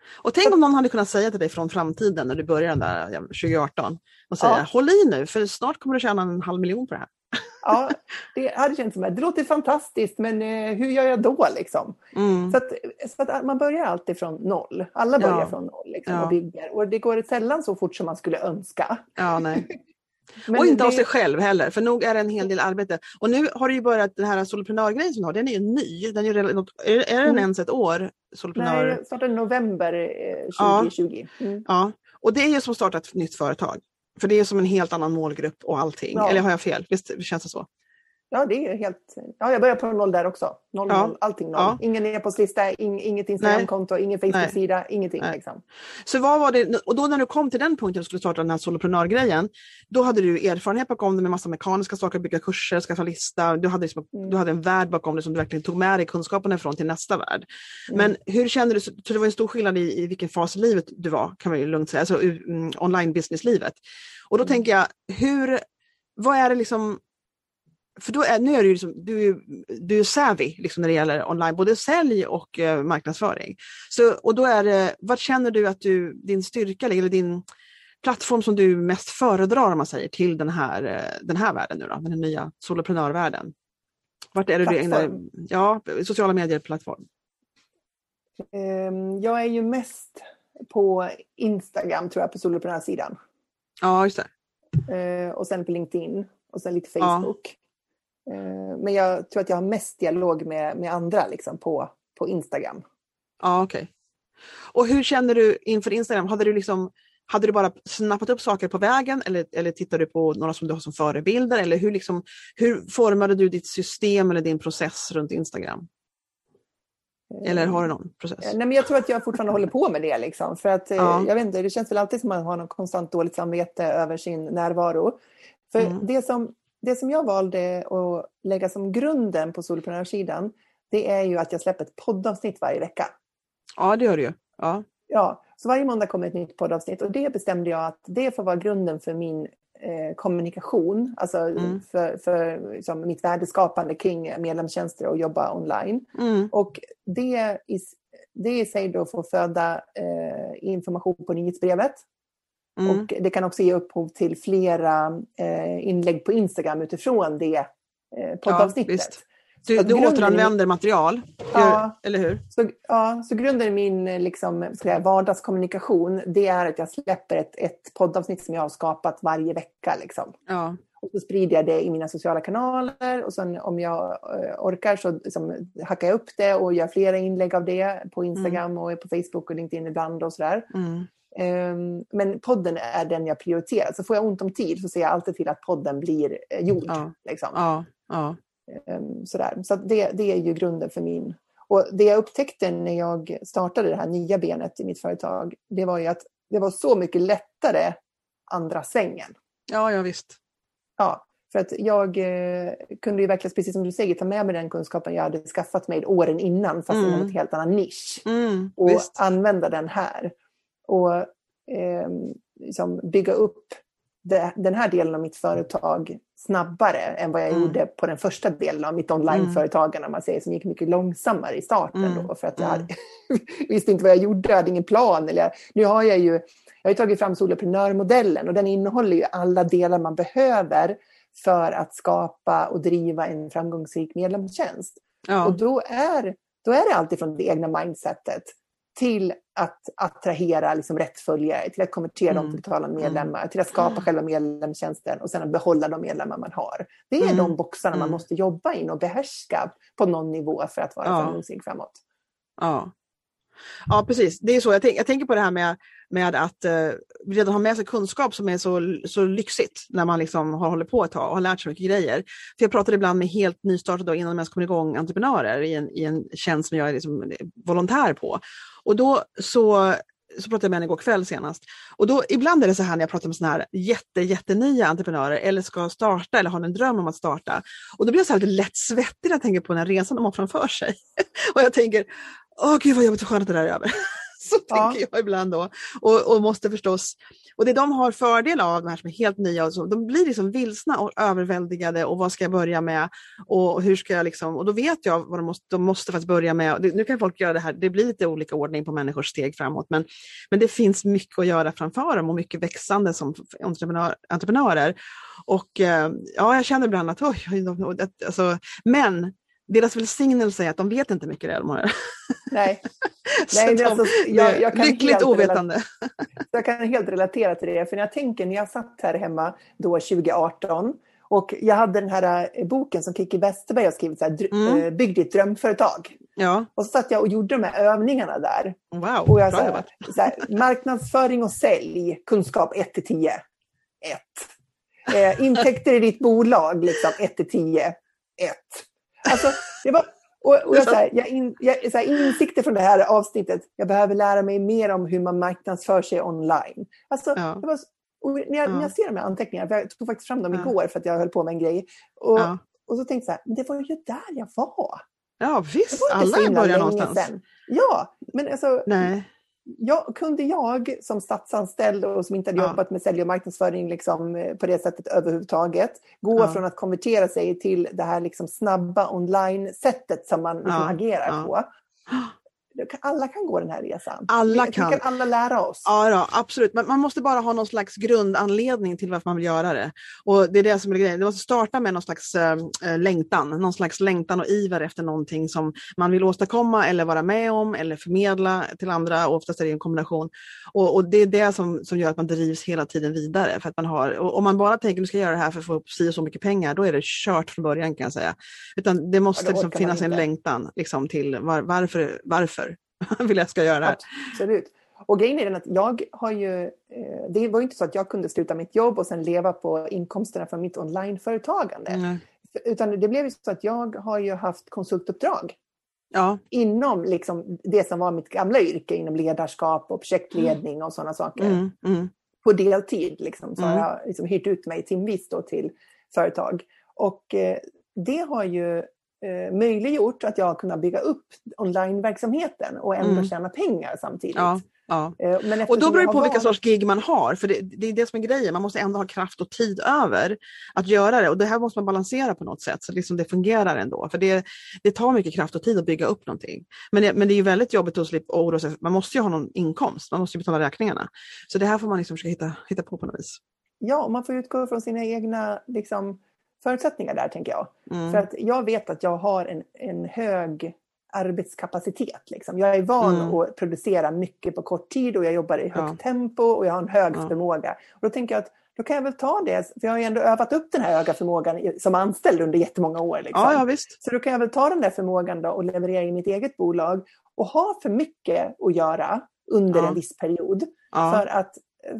Och tänk om någon hade kunnat säga till dig från framtiden när du började där tjugo arton och säga, Ja. håll i nu för snart kommer du tjäna en halv miljon på det här. Ja, det hade känts som att det låter fantastiskt, men eh, hur gör jag då liksom? Mm. Så, att, så att man börjar alltid från noll. Alla börjar Ja. från noll liksom, Ja. och bygger. Och det går sällan så fort som man skulle önska. Ja, nej. Men och inte det... av sig själv heller, för nog är det en hel del arbete. Och nu har du ju börjat den här soloprenörgrejen som du har, den är ju ny. Den är, ju redan, är, är den Mm. ens ett år? Soloprenör? Nej, jag startade i november eh, tjugo tjugo. Ja. Mm. Ja, och det är ju som att starta ett nytt företag. För det är som en helt annan målgrupp och allting. Ja. Eller har jag fel? Visst känns det så? Ja, det är helt... Ja, jag börjar på noll där också. Noll, Ja. noll, allting noll. Ja. Ingen e-postlista, ing, inget Instagramkonto, ingen Facebook-sida, ingenting. Nej. Liksom. Så vad var det, och då när du kom till den punkten och skulle starta den här soloprenörgrejen, då hade du erfarenhet bakom det med massa mekaniska saker, bygga kurser, skaffa lista, du hade, liksom, Mm. du hade en värld bakom det som du verkligen tog med dig kunskapen ifrån till nästa värld. Mm. Men hur kände du, så det var en stor skillnad i, i vilken fas i livet du var, kan man ju lugnt säga, alltså um, online business-livet. Och då Mm. tänker jag, hur, vad är det liksom, för då är, nu är du ju liksom, du är ju du är savvy liksom när det gäller online, både sälj och eh, marknadsföring. Så, och då är det, vad känner du att du, din styrka eller din plattform som du mest föredrar om man säger till den här, eh, den här världen nu då, den nya soloprenörvärlden? Vart är det du ägnar, ja, sociala medier-plattform? Um, jag är ju mest på Instagram tror jag, på soloprenörsidan. Ja, just det. Uh, och sen på LinkedIn och sen lite Facebook. Ja. Uh, men jag tror att jag har mest dialog med, med andra liksom, på, på Instagram. Ja, okej. Okay. Och hur känner du inför Instagram? Hade du liksom Hade du bara snappat upp saker på vägen eller, eller tittade du på några som du har som förebilder? Eller hur, liksom, hur formade du ditt system eller din process runt Instagram? Eller har du någon process? Nej, men jag tror att jag fortfarande håller på med det. Liksom, för att, ja. jag vet inte, det känns väl alltid som att man har någon konstant dåligt samvete över sin närvaro. För mm. det, som, det som jag valde att lägga som grunden på soloprenörsidan, det är ju att jag släpper ett poddavsnitt varje vecka. Ja, det gör du ju. Ja. Ja, så varje måndag kommer ett nytt poddavsnitt och det bestämde jag att det får vara grunden för min eh, kommunikation, alltså mm. för, för liksom, mitt värdeskapande kring medlemstjänster och jobba online. Mm. Och det i, det i sig då får föda eh, information på nyhetsbrevet. Mm. Och det kan också ge upphov till flera eh, inlägg på Instagram utifrån det eh, poddavsnittet. Ja, Du, du återanvänder material, ja, eller hur? Så, ja, så grunden i min liksom, ska jag, vardagskommunikation, det är att jag släpper ett, ett poddavsnitt som jag har skapat varje vecka. Liksom. Ja. Och så sprider jag det i mina sociala kanaler och sen om jag uh, orkar så liksom, hackar jag upp det och gör flera inlägg av det på Instagram mm. och på Facebook och LinkedIn ibland och sådär. Mm. Um, men podden är den jag prioriterar. Så får jag ont om tid så ser jag alltid till att podden blir uh, gjord. Ja. Liksom. Ja, ja. Um, sådär. Så att det, det är ju grunden för min. Och det jag upptäckte när jag startade det här nya benet i mitt företag, det var ju att det var så mycket lättare andra svängen. Ja, ja visst. Ja, för att jag eh, kunde ju verkligen, precis som du säger, ta med mig den kunskapen jag hade skaffat mig åren innan, fast mm. inom ett helt annan nisch. Mm, och visst. Använda den här. Och eh, liksom bygga upp det, den här delen av mitt företag snabbare än vad jag mm. gjorde på den första delen av mitt onlineföretagande, mm. man säger, som gick mycket långsammare i starten mm. då, för att jag hade, visste inte vad jag gjorde, jag hade ingen plan. Eller, nu har jag ju jag har tagit fram soloprenörmodellen och den innehåller ju alla delar man behöver för att skapa och driva en framgångsrik medlemstjänst. Ja. Och då är, då är det alltid från det egna mindsetet till att attrahera liksom rätt följare, till att konvertera mm. dem till betalande medlemmar, mm. till att skapa mm. själva medlemstjänsten och sen att behålla de medlemmar man har. Det är mm. de boxarna mm. man måste jobba in och behärska på någon nivå för att vara ja. framgångsrik framåt. Ja. Ja, precis. Det är så. Jag, tänk, jag tänker på det här med, med att eh, redan ha med sig kunskap som är så, så lyxigt när man liksom har hållit på ett tag och har lärt sig mycket grejer. För jag pratar ibland med helt nystartade och innan de ens kommer igång entreprenörer i en, i en tjänst som jag är liksom volontär på. Och då så, så pratade jag med henne igår kväll senast. Och då ibland är det så här när jag pratar med såna här jätte, jättenya entreprenörer eller ska starta eller har en dröm om att starta. Och då blir jag så här lite lätt svettig när jag tänker på den här resan de har framför sig. Och jag tänker, åh gud vad jobbigt och skönt det där är över. Så Ja. tänker jag ibland då. Och, och måste förstås, och det de har fördel av, de här som är helt nya, och så, de blir liksom vilsna och överväldigade, och vad ska jag börja med, och hur ska jag liksom, och då vet jag vad de måste, de måste faktiskt börja med. Nu kan folk göra det här, det blir lite olika ordning på människors steg framåt, men, men det finns mycket att göra framför dem och mycket växande som entreprenör, entreprenörer. Och eh, ja, jag känner ibland att, oj, alltså, men deras välsignelse är att de vet inte mycket det de har. Nej, Nej de, alltså, jag, jag kan lyckligt helt ovetande. Relatera, jag kan helt relatera till det. För när jag tänker, när jag satt här hemma då tjugo arton och jag hade den här boken som Kiki Westerberg har skrivit, så här, mm. Bygg ditt drömföretag. Ja. Och så satt jag och gjorde de här övningarna där. Wow, och jag, bra så här, så här, marknadsföring och sälj, kunskap ett till tio. ett. Eh, intäkter i ditt bolag, liksom ett till tio. ett. Alltså, det var, och, och jag, så här, jag, in, jag så här, insikter från det här avsnittet, jag behöver lära mig mer om hur man marknadsför sig online. Alltså, ja. det var, och när, jag, ja. när jag ser de här anteckningarna, för jag tog faktiskt fram dem ja. igår för att jag höll på med en grej, och, ja. och så tänkte jag så här, det var ju där jag var. Ja visst, alla börjar någonstans. Sedan. Ja, men alltså... Nej. Jag, kunde jag som statsanställd och som inte hade ja. jobbat med sälj och marknadsföring liksom, på det sättet överhuvudtaget, gå ja. från att konvertera sig till det här liksom, snabba online-sättet som man liksom, ja. agerar ja. på. Alla kan gå den här resan. Alla Vi, kan. kan alla lära oss. Ja, ja, absolut. Men man måste bara ha någon slags grundanledning till varför man vill göra det. Och det är det som är grejen. Det måste starta med någon slags äh, längtan. Någon slags längtan och iver efter någonting som man vill åstadkomma eller vara med om eller förmedla till andra. Och oftast är det en kombination. Och, och det är det som, som gör att man drivs hela tiden vidare. För att man har, och om man bara tänker att du ska göra det här för att få upp si och så mycket pengar, då är det kört från början, kan jag säga. Utan det måste ja, det liksom finnas en längtan liksom, till var, varför, varför vill jag ska göra det här. Absolut. Och grejen är den att jag har ju, det var ju inte så att jag kunde sluta mitt jobb och sen leva på inkomsterna från mitt onlineföretagande. Mm. Utan det blev ju så att jag har ju haft konsultuppdrag. Ja. Inom liksom det som var mitt gamla yrke, inom ledarskap och projektledning mm. och sådana saker. Mm. Mm. På deltid liksom, så mm. har jag liksom hyrt ut mig timvis då till företag. Och eh, det har ju möjliggjort att jag har kunnat bygga upp onlineverksamheten och ändå mm. tjäna pengar samtidigt. Ja, ja. Men och då beror det på vilka sorts gig man har, för det, det är det som är grejen. Man måste ändå ha kraft och tid över att göra det, och det här måste man balansera på något sätt så liksom det fungerar ändå, för det, det tar mycket kraft och tid att bygga upp någonting. Men det, men det är ju väldigt jobbigt att slippa oroa sig. Man måste ju ha någon inkomst, man måste ju betala räkningarna. Så det här får man liksom försöka hitta, hitta på på något vis. Ja, och man får utgå från sina egna liksom förutsättningar där, tänker jag. Mm. För att jag vet att jag har en, en hög arbetskapacitet. Liksom. Jag är van mm. att producera mycket på kort tid och jag jobbar i högt ja. tempo och jag har en hög ja. förmåga. Och då tänker jag att då kan jag väl ta det, för jag har ju ändå övat upp den här höga förmågan som anställd under jättemånga år. Liksom. Ja, ja, visst. Så då kan jag väl ta den där förmågan då och leverera i mitt eget bolag och ha för mycket att göra under ja. en viss period. Ja. För att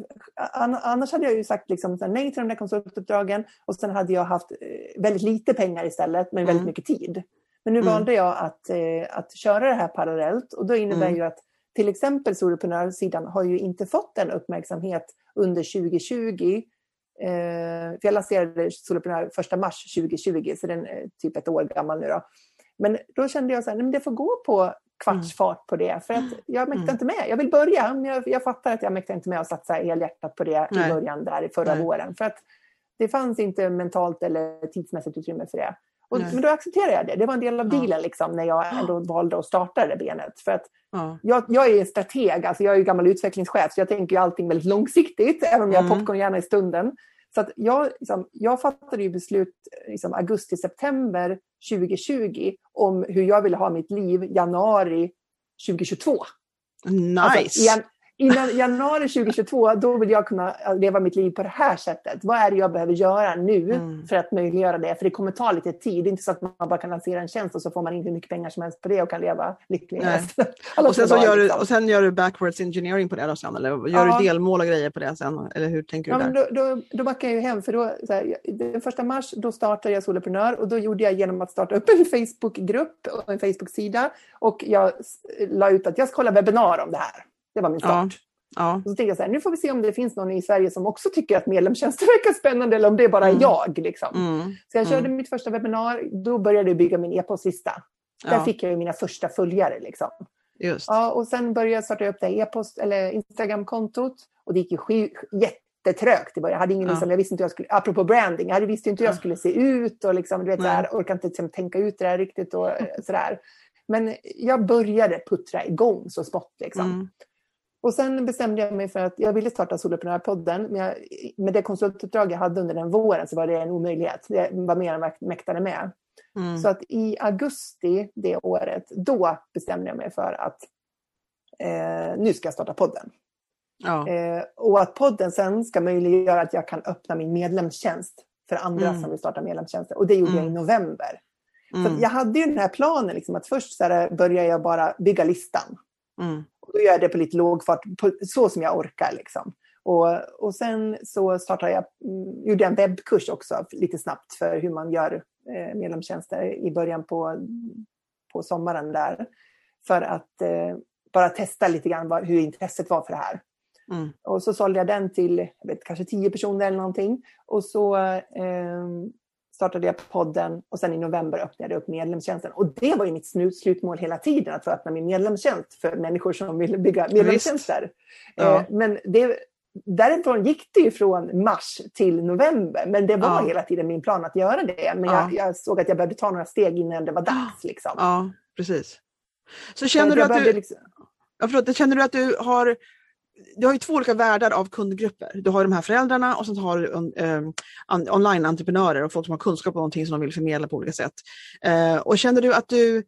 annars hade jag ju sagt liksom nej till de där konsultuppdragen och sen hade jag haft väldigt lite pengar istället men väldigt mm. mycket tid. Men nu mm. valde jag att, att köra det här parallellt, och då innebär mm. ju att till exempel soloprenörsidan har ju inte fått den uppmärksamhet under tjugo tjugo. Eh, för jag lanserade soloprenör första mars tjugo tjugo, så den är typ ett år gammal nu då. Men då kände jag så här, nej, men det får gå på kvartsfart på det. För att jag mäktar mm. inte med. Jag vill börja, men jag, jag fattar att jag mäktar inte med att satsa helhjärtat på det Nej. i början där i förra Nej. våren. För att det fanns inte mentalt eller tidsmässigt utrymme för det. Och, men då accepterade jag det. Det var en del av ja. dealen liksom, när jag ändå valde att starta det benet. För att ja. jag, jag är en strateg, alltså jag är ju gammal utvecklingschef, så jag tänker ju allting väldigt långsiktigt, även om jag har mm. popcorn gärna i stunden. Så att jag, liksom, jag fattade ju beslut liksom, augusti-september tjugo tjugo om hur jag ville ha mitt liv januari tjugo tjugotvå. Nice! Alltså, igen, innan januari tjugo tjugotvå, då vill jag kunna leva mitt liv på det här sättet. Vad är det jag behöver göra nu mm. för att möjliggöra det? För det kommer ta lite tid. Det är inte så att man bara kan lansera en tjänst och så får man inte mycket pengar som helst på det och kan leva lycklig. och, sen så gör du, och sen gör du backwards engineering på det då sen? Eller gör ja. du delmål och grejer på det sen? Eller hur tänker du ja, där? Men då, då, då backar jag ju hem. För då, så här, den första mars då startade jag Soloprenör, och då gjorde jag genom att starta upp en Facebookgrupp och en Facebook-sida. Och jag la ut att jag ska hålla webbinar om det här. Det var min start. Ja. Ja. Och så tänkte jag så här, nu får vi se om det finns någon i Sverige som också tycker att medlemstjänster verkar spännande, eller om det är bara mm. jag. Liksom. Mm. Så jag körde mm. mitt första webbinar, då började jag bygga min e-postlista. Där ja. fick jag ju mina första följare. Liksom. just. Ja, och sen började jag starta upp det e-post eller Instagram-kontot. Och det gick ju sk- jättetrögt i början. Jag hade ingen, Ja. liksom, jag visste inte hur jag skulle, apropå branding, jag visste inte hur jag Ja. skulle se ut. Och liksom, du vet, så Nej. här, orkade inte liksom, tänka ut det där riktigt och sådär. Men jag började puttra igång så smått liksom. Mm. Och sen bestämde jag mig för att jag ville starta Soloprenörpodden. Men jag, med det konsultuppdrag jag hade under den våren så var det en omöjlighet. Det var mer än jag mäktade med. Mm. Så att i augusti det året, då bestämde jag mig för att eh, nu ska jag starta podden. Ja. Eh, och att podden sen ska möjliggöra att jag kan öppna min medlemstjänst för andra Mm. som vill starta medlemstjänster. Och det gjorde Mm. jag i november. Mm. Så jag hade ju den här planen liksom, att först så här, börjar jag bara bygga listan. Mm. Och då gör jag det på lite låg fart, på, så som jag orkar liksom. Och, och sen så startade jag, mm, gjorde jag en webbkurs också lite snabbt för hur man gör eh, medlemstjänster i början på, på sommaren där. För att eh, bara testa lite grann vad, hur intresset var för det här. Mm. Och så sålde jag den till jag vet, kanske tio personer eller någonting. Och så eh, startade jag podden och sen i november öppnade jag upp medlemstjänsten. Och det var ju mitt slut, slutmål hela tiden, att få öppna min medlemstjänst för människor som vill bygga medlemstjänster. Ja. Eh, men det, därifrån gick det ju från mars till november. Men det var Ja. hela tiden min plan att göra det. Men Ja. jag, jag såg att jag behövde ta några steg innan det var dags. Liksom. Ja, precis. Så Så känner att du jag att behövde du... liksom, Ja, förlåt, känner du att du har... Du har ju två olika världar av kundgrupper. Du har de här föräldrarna och sen har du um, online-entreprenörer och folk som har kunskap om någonting som de vill förmedla på olika sätt. Uh, och känner du att du...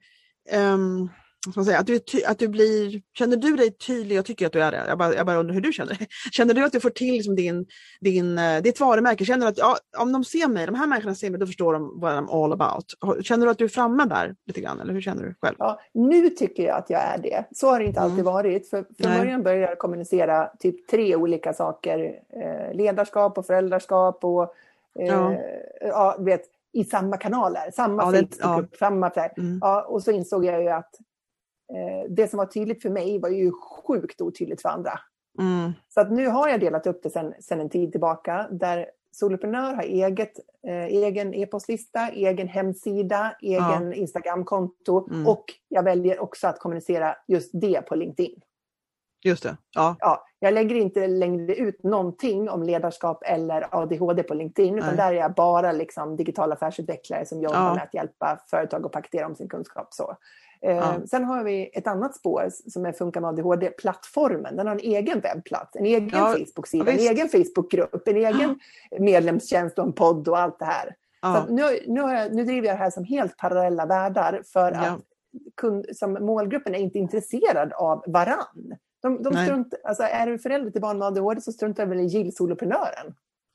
Um, vad ska man säga, att du, är ty- att du blir... Känner du dig tydlig? Jag tycker att du är det. Jag bara, jag bara undrar hur du känner. Känner du att du får till liksom din, din, uh, ditt varumärke? Känner du att ja, om de ser mig, de här människorna ser mig, då förstår de vad I'm all about. Känner du att du är framme där lite grann? Eller hur känner du själv? ja, nu tycker jag att jag är det. Så har det inte Mm. alltid varit. För från Nej. början började jag kommunicera typ tre olika saker. Eh, ledarskap och föräldraskap och eh, Ja. ja, du vet, i samma kanaler. Samma Ja, det- Facebookgrupp. ja. Samma, så här. Mm. Ja, och så insåg jag ju att eh, det som var tydligt för mig var ju sjukt otydligt för andra. Mm. Så att nu har jag delat upp det sen, sen en tid tillbaka. Där Soloprenör har eget, eh, egen e-postlista, egen hemsida, egen Instagramkonto. Mm. Och jag väljer också att kommunicera just det på LinkedIn. Just det. Ja. Ja, jag lägger inte längre ut någonting om ledarskap eller A D H D på LinkedIn. Utan Nej. där är jag bara liksom digital affärsutvecklare som jobbar Ja. med att hjälpa företag att paketera om sin kunskap. Så. Eh, Ja. Sen har vi ett annat spår som är Funka med A D H D-plattformen. Den har en egen webbplats, en egen Ja, Facebook-sida, ja, en visst. egen Facebook-grupp, en egen medlemstjänst och en podd och allt det här. Så Ja. att nu, nu, har jag, nu driver jag det här som helt parallella världar för Ja. att kund, som målgruppen är inte intresserad av varann. De, de Nej. strunt, alltså är du förälder till barn med A D H D så struntar väl i Gill-soloprenören.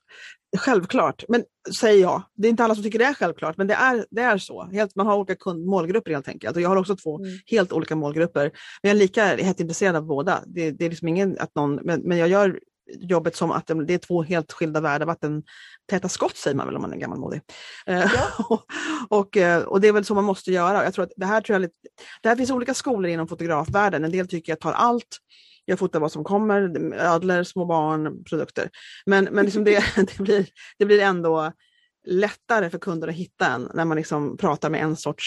Självklart, men säger jag. Det är inte alla som tycker det är självklart, men det är, det är så. Helt, man har olika kund, målgrupper helt enkelt. Och jag har också två Mm. helt olika målgrupper. Men jag är lika helt intresserad av båda. Det, det är liksom ingen att någon, men, men jag gör jobbet som att det är två helt skilda världar. Vattentäta skott säger man väl om man är gammalmodig. Ja. och, och, och det är väl så man måste göra. Jag tror att det här tror jag lite, det här finns olika skolor inom fotografvärlden. En del tycker jag tar allt. Jag fotar vad som kommer, ödlor, små barn, produkter. Men, men liksom det, det, blir, det blir ändå lättare för kunder att hitta en när man liksom pratar med en sorts,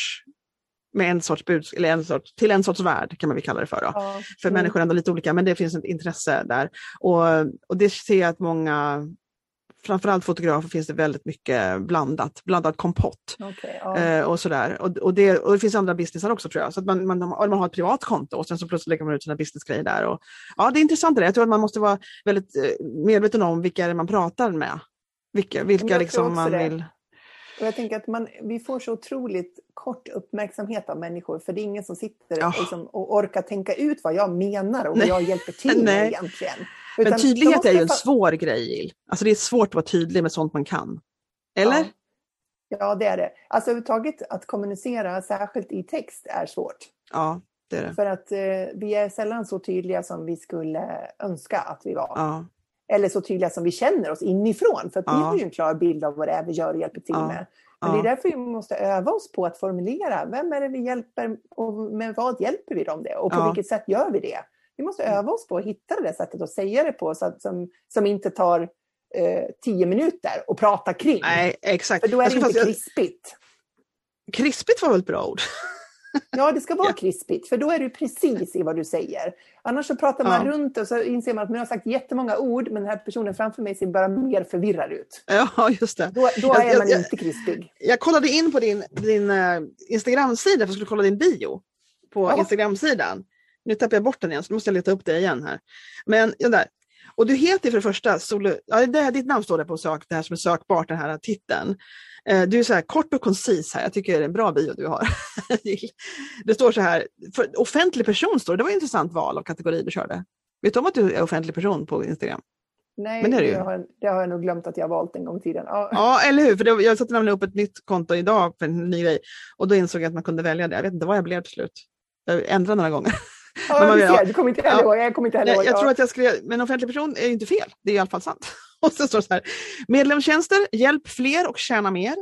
med en sorts budskap, eller en sorts, till en sorts värld kan man väl kalla det för. Då. Ja. För Mm. människor är ändå lite olika, men det finns ett intresse där. Och, och det ser jag att många, framförallt fotografer, finns det väldigt mycket blandat, blandat kompott. Okay, ja. Eh, och sådär. Och, och, det, och det finns andra businessar också tror jag. Så att man, man, man har ett privat konto och sen så plötsligt lägger man ut sina businessgrejer där. Och, ja, det är intressant det där. Jag tror att man måste vara väldigt eh, medveten om vilka är det man pratar med. Vilka, vilka jag liksom tror också man det. vill... Och jag tänker att man, vi får så otroligt kort uppmärksamhet av människor. För det är ingen som sitter Ja. och, liksom, och orkar tänka ut vad jag menar och vad Nej. jag hjälper till med Nej. egentligen. Men Utan tydlighet de måste är ju en fa- svår grej, Jill. Alltså det är svårt att vara tydlig med sånt man kan. Eller? Ja. Ja, det är det. Alltså överhuvudtaget att kommunicera, särskilt i text, är svårt. Ja, det är det. För att eh, vi är sällan så tydliga som vi skulle önska att vi var. Ja, Eller så tydliga som vi känner oss inifrån. För att Ja. vi har ju en klar bild av vad det är vi gör och hjälper till Ja. med. Men ja. det är därför vi måste öva oss på att formulera. Vem är det vi hjälper och med vad hjälper vi dem det? Och på Ja. vilket sätt gör vi det? Vi måste öva oss på att hitta det där sättet och säga det på. Så att, som, som inte tar eh, tio minuter och prata kring. Nej, exakt. För då är Jag det ska inte faktiskt- krispigt. Krispigt var väl ett bra ord? Ja, det ska vara Ja. krispigt, för då är du precis i vad du säger. Annars så pratar man Ja. runt och så inser man att man har sagt jättemånga ord, men den här personen framför mig ser bara mer förvirrad ut. Ja, just det. Då, då Jag- är man jag- inte krispig. Jag kollade in på din, din uh, Instagram-sida för att jag skulle kolla din bio på Ja. Instagram-sidan. Nu tappar jag bort den igen, så nu måste jag leta upp det igen här. Men ja, där. Och du heter för det första Solo, ja, det här, ditt namn står där på sök, det här som är sökbart, den här titeln. Eh, du är så här kort och koncis här, jag tycker det är en bra bio du har. Det står så här, för offentlig person står det, det var ett intressant val av kategori du körde. Vet du om att du är offentlig person på Instagram? Nej, Men det är det ju. det, har, det har jag nog glömt att jag valt en gång i tiden. Ja. Ja, eller hur? För det, jag satte nämligen upp ett nytt konto idag för en ny grej. Och då insåg jag att man kunde välja det. Jag vet inte vad jag blev till slut. Jag ändrade några gånger. Ja, Men man- du ser, ja. du kommer inte heller Ja. ihåg. Jag kommer inte heller Nej, ihåg. jag Ja. tror att jag skrev, men offentlig person är ju inte fel. Det är i alla fall sant. Och så står det så här. Medlemstjänster, hjälp fler och tjäna mer.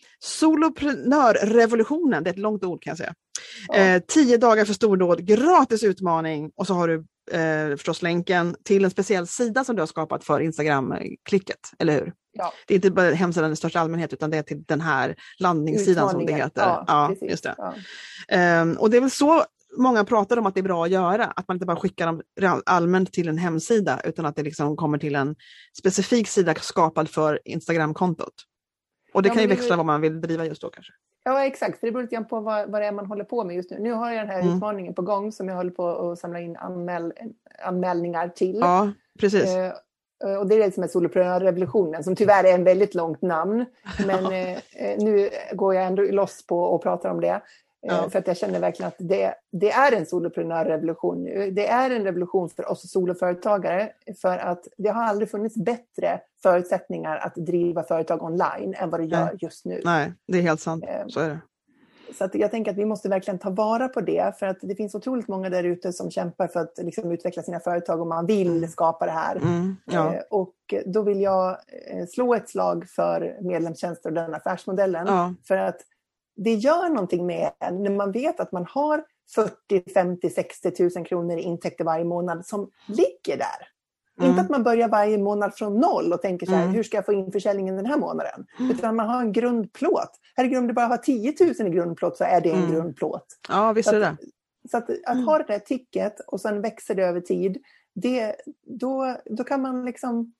Soloprenörrevolutionen, det är ett långt ord kan jag säga. Ja. Eh, tio dagar för stordåd, gratis utmaning. Och så har du eh, förstås länken till en speciell sida som du har skapat för Instagram-klicket, eller hur? Ja. Det är inte bara hemsidan i största allmänhet utan det är till den här landningssidan som det Utmaningen. heter. Ja, Ja, precis. just det. Ja. Ehm, och det är väl så många pratar om att det är bra att göra, att man inte bara skickar dem allmänt till en hemsida utan att det liksom kommer till en specifik sida skapad för Instagram-kontot. Och det Ja, kan ju men det- växla vad man vill driva just då kanske. Ja, exakt. För det beror lite grann på vad, vad det är man håller på med just nu. Nu har jag den här Mm. utmaningen på gång som jag håller på att samla in anmäl, anmälningar till. Ja, precis. Eh, och det är det som är soloprenörrevolutionen, som tyvärr är en väldigt långt namn. Men eh, nu går jag ändå loss på och pratar om det. Eh, Ja. För att jag känner verkligen att det, det är en soloprenörrevolution nu. Det är en revolution för oss soloföretagare. För att det har aldrig funnits bättre förutsättningar att driva företag online än vad det gör Nej. just nu. Nej, det är helt sant. Eh, Så är det. Så att jag tänker att vi måste verkligen ta vara på det, för att det finns otroligt många där ute som kämpar för att liksom utveckla sina företag och man vill skapa det här. Mm, ja. Eh, Och då vill jag eh, slå ett slag för medlemstjänster och den affärsmodellen. Ja. För att det gör någonting med en när man vet att man har fyrtio, femtio, sextio tusen kronor i intäkter varje månad som ligger där. Mm. Inte att man börjar varje månad från noll och tänker så här, Mm. hur ska jag få in försäljningen den här månaden? Utan man har en grundplåt. Herregud, om du bara har tio tusen i grundplåt så är det en Mm. grundplåt. Ja, visst Så är det att, det. så att, att ha det där ticket och sen växer det över tid, det, då, då kan man liksom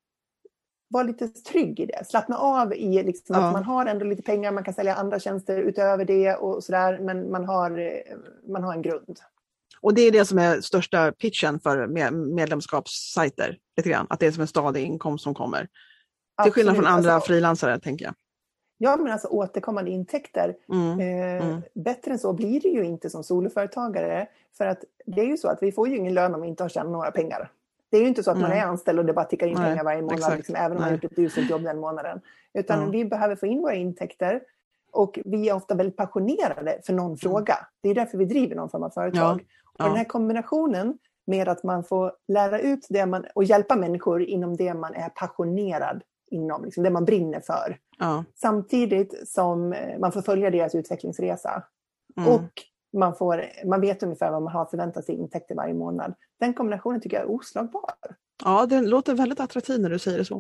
vara lite trygg i det. Slappna av i liksom Ja. att man har ändå lite pengar, man kan sälja andra tjänster utöver det och sådär, men man har, eh, man har en grund. Och det är det som är största pitchen för med- medlemskapssajter. Lite grann. Att det är som en stadig inkomst som kommer. Till skillnad från Absolut. andra Alltså, frilansare, tänker jag. ja, men alltså återkommande intäkter. Mm. Eh, Mm. Bättre än så blir det ju inte som soloföretagare. För att det är ju så att vi får ju ingen lön om vi inte har tjänat några pengar. Det är ju inte så att man Mm. är anställd och det bara tickar in Nej, pengar varje månad, exakt. liksom, även om man Nej. har gjort ett uselt jobb den månaden. Utan Ja. vi behöver få in våra intäkter. Och vi är ofta väldigt passionerade för någon fråga. Det är därför vi driver någon form av företag. Mm. Ja. Och den här kombinationen med att man får lära ut det man, och hjälpa människor inom det man är passionerad inom, liksom det man brinner för. Ja. Samtidigt som man får följa deras utvecklingsresa. Mm. Och man, får, man vet ungefär vad man har förväntat sig intäkter varje månad. Den kombinationen tycker jag är oslagbar. Ja, det låter väldigt attraktivt när du säger det så.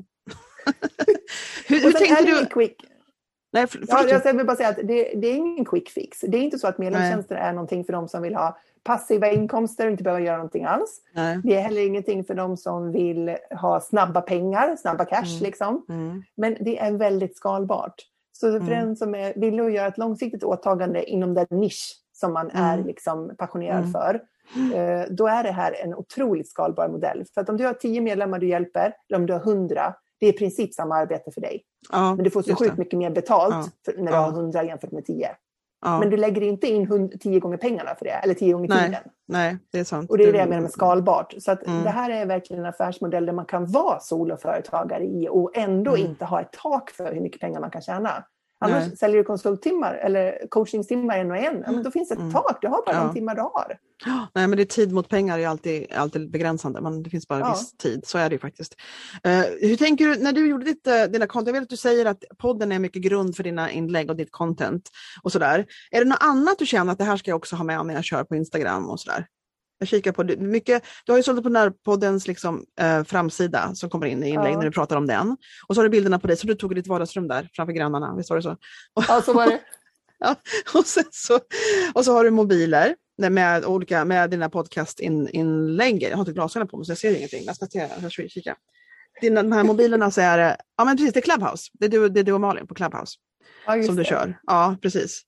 hur Och hur sen tänkte är det du? ingen quick, Nej, för, ja, förlåt. jag vill bara säga att det, det är ingen quick fix. Det är inte så att medlemstjänster är någonting för de som vill ha passiva inkomster och inte behöva göra någonting alls. Nej. Det är heller ingenting för de som vill ha snabba pengar, snabba cash Mm. liksom. Mm. Men det är väldigt skalbart. Så för Mm. den som är vill att göra ett långsiktigt åtagande inom den nisch som man Mm. är liksom passionerad Mm. för, eh, då är det här en otroligt skalbar modell. För att om du har tio medlemmar du hjälper, eller om du har hundra, det är i princip samma arbete för dig. Ja, Men du får så just sjukt det. mycket mer betalt Ja. för, när du Ja. har hundra jämfört med tio. Ja. Men du lägger inte in hund, tio gånger pengarna för det, eller tio gånger Nej. tiden. Nej, det är sant. Och det är det Du- jag menar med skalbart. Så att Mm. det här är verkligen en affärsmodell där man kan vara soloföretagare i och ändå Mm. inte ha ett tak för hur mycket pengar man kan tjäna. Annars Nej. säljer du konsulttimmar eller coachingstimmar en och en. Ja, men då finns ett Mm. tak, du har bara Ja. de timmar du har. Nej, men det är tid mot pengar är alltid, alltid begränsande. Men det finns bara Ja. viss tid, så är det ju faktiskt. Uh, hur tänker du, när du gjorde ditt, uh, dina content, jag vet att du säger att podden är mycket grund för dina inlägg och ditt content och sådär. Är det något annat du känner att det här ska jag också ha med när jag kör på Instagram och sådär? Jag kikar på det. Mycket, du har ju sålt på närpoddens liksom, uh, framsida som kommer in i inlägg Ja. när du pratar om den. Och så har du bilderna på dig, så du tog i ditt vardagsrum där framför grannarna, visst var det så? Ja, så var det. Ja, och, sen så, och så har du mobiler med, olika, med dina podcastinlägg. Jag har inte glasögon på mig så jag ser ingenting. Jag ska, jag ska kika. Dina, de här mobilerna så är det, ja men precis, det är Clubhouse. Det är du, det är du och Malin på Clubhouse. Ja, som du det. Kör. Ja, precis.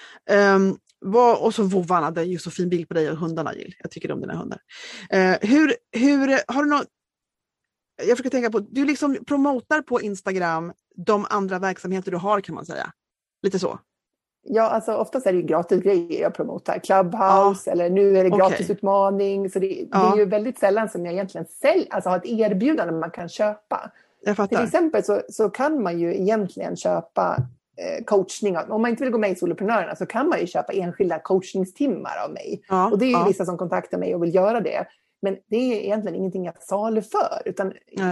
Um, vad, och så vovvarna, det är ju så fin bild på dig och hundarna, Jill. Jag tycker om dina hundar. Uh, hur, hur, har du något, jag försöker tänka på, du liksom promotar på Instagram de andra verksamheter du har, kan man säga. Lite så. Ja, alltså oftast är det ju gratis grejer jag promotar. Clubhouse, ja. Eller nu är det gratisutmaning. Okay. Så det, ja. Det är ju väldigt sällan som jag egentligen säljer, alltså har ett erbjudande man kan köpa. Jag fattar. Till exempel så, så kan man ju egentligen köpa eh, coachning. Om man inte vill gå med i Soloprenörerna så kan man ju köpa enskilda coachningstimmar av mig. Ja. Och det är ju ja. Vissa som kontaktar mig och vill göra det. Men det är egentligen ingenting jag saluför. Utan,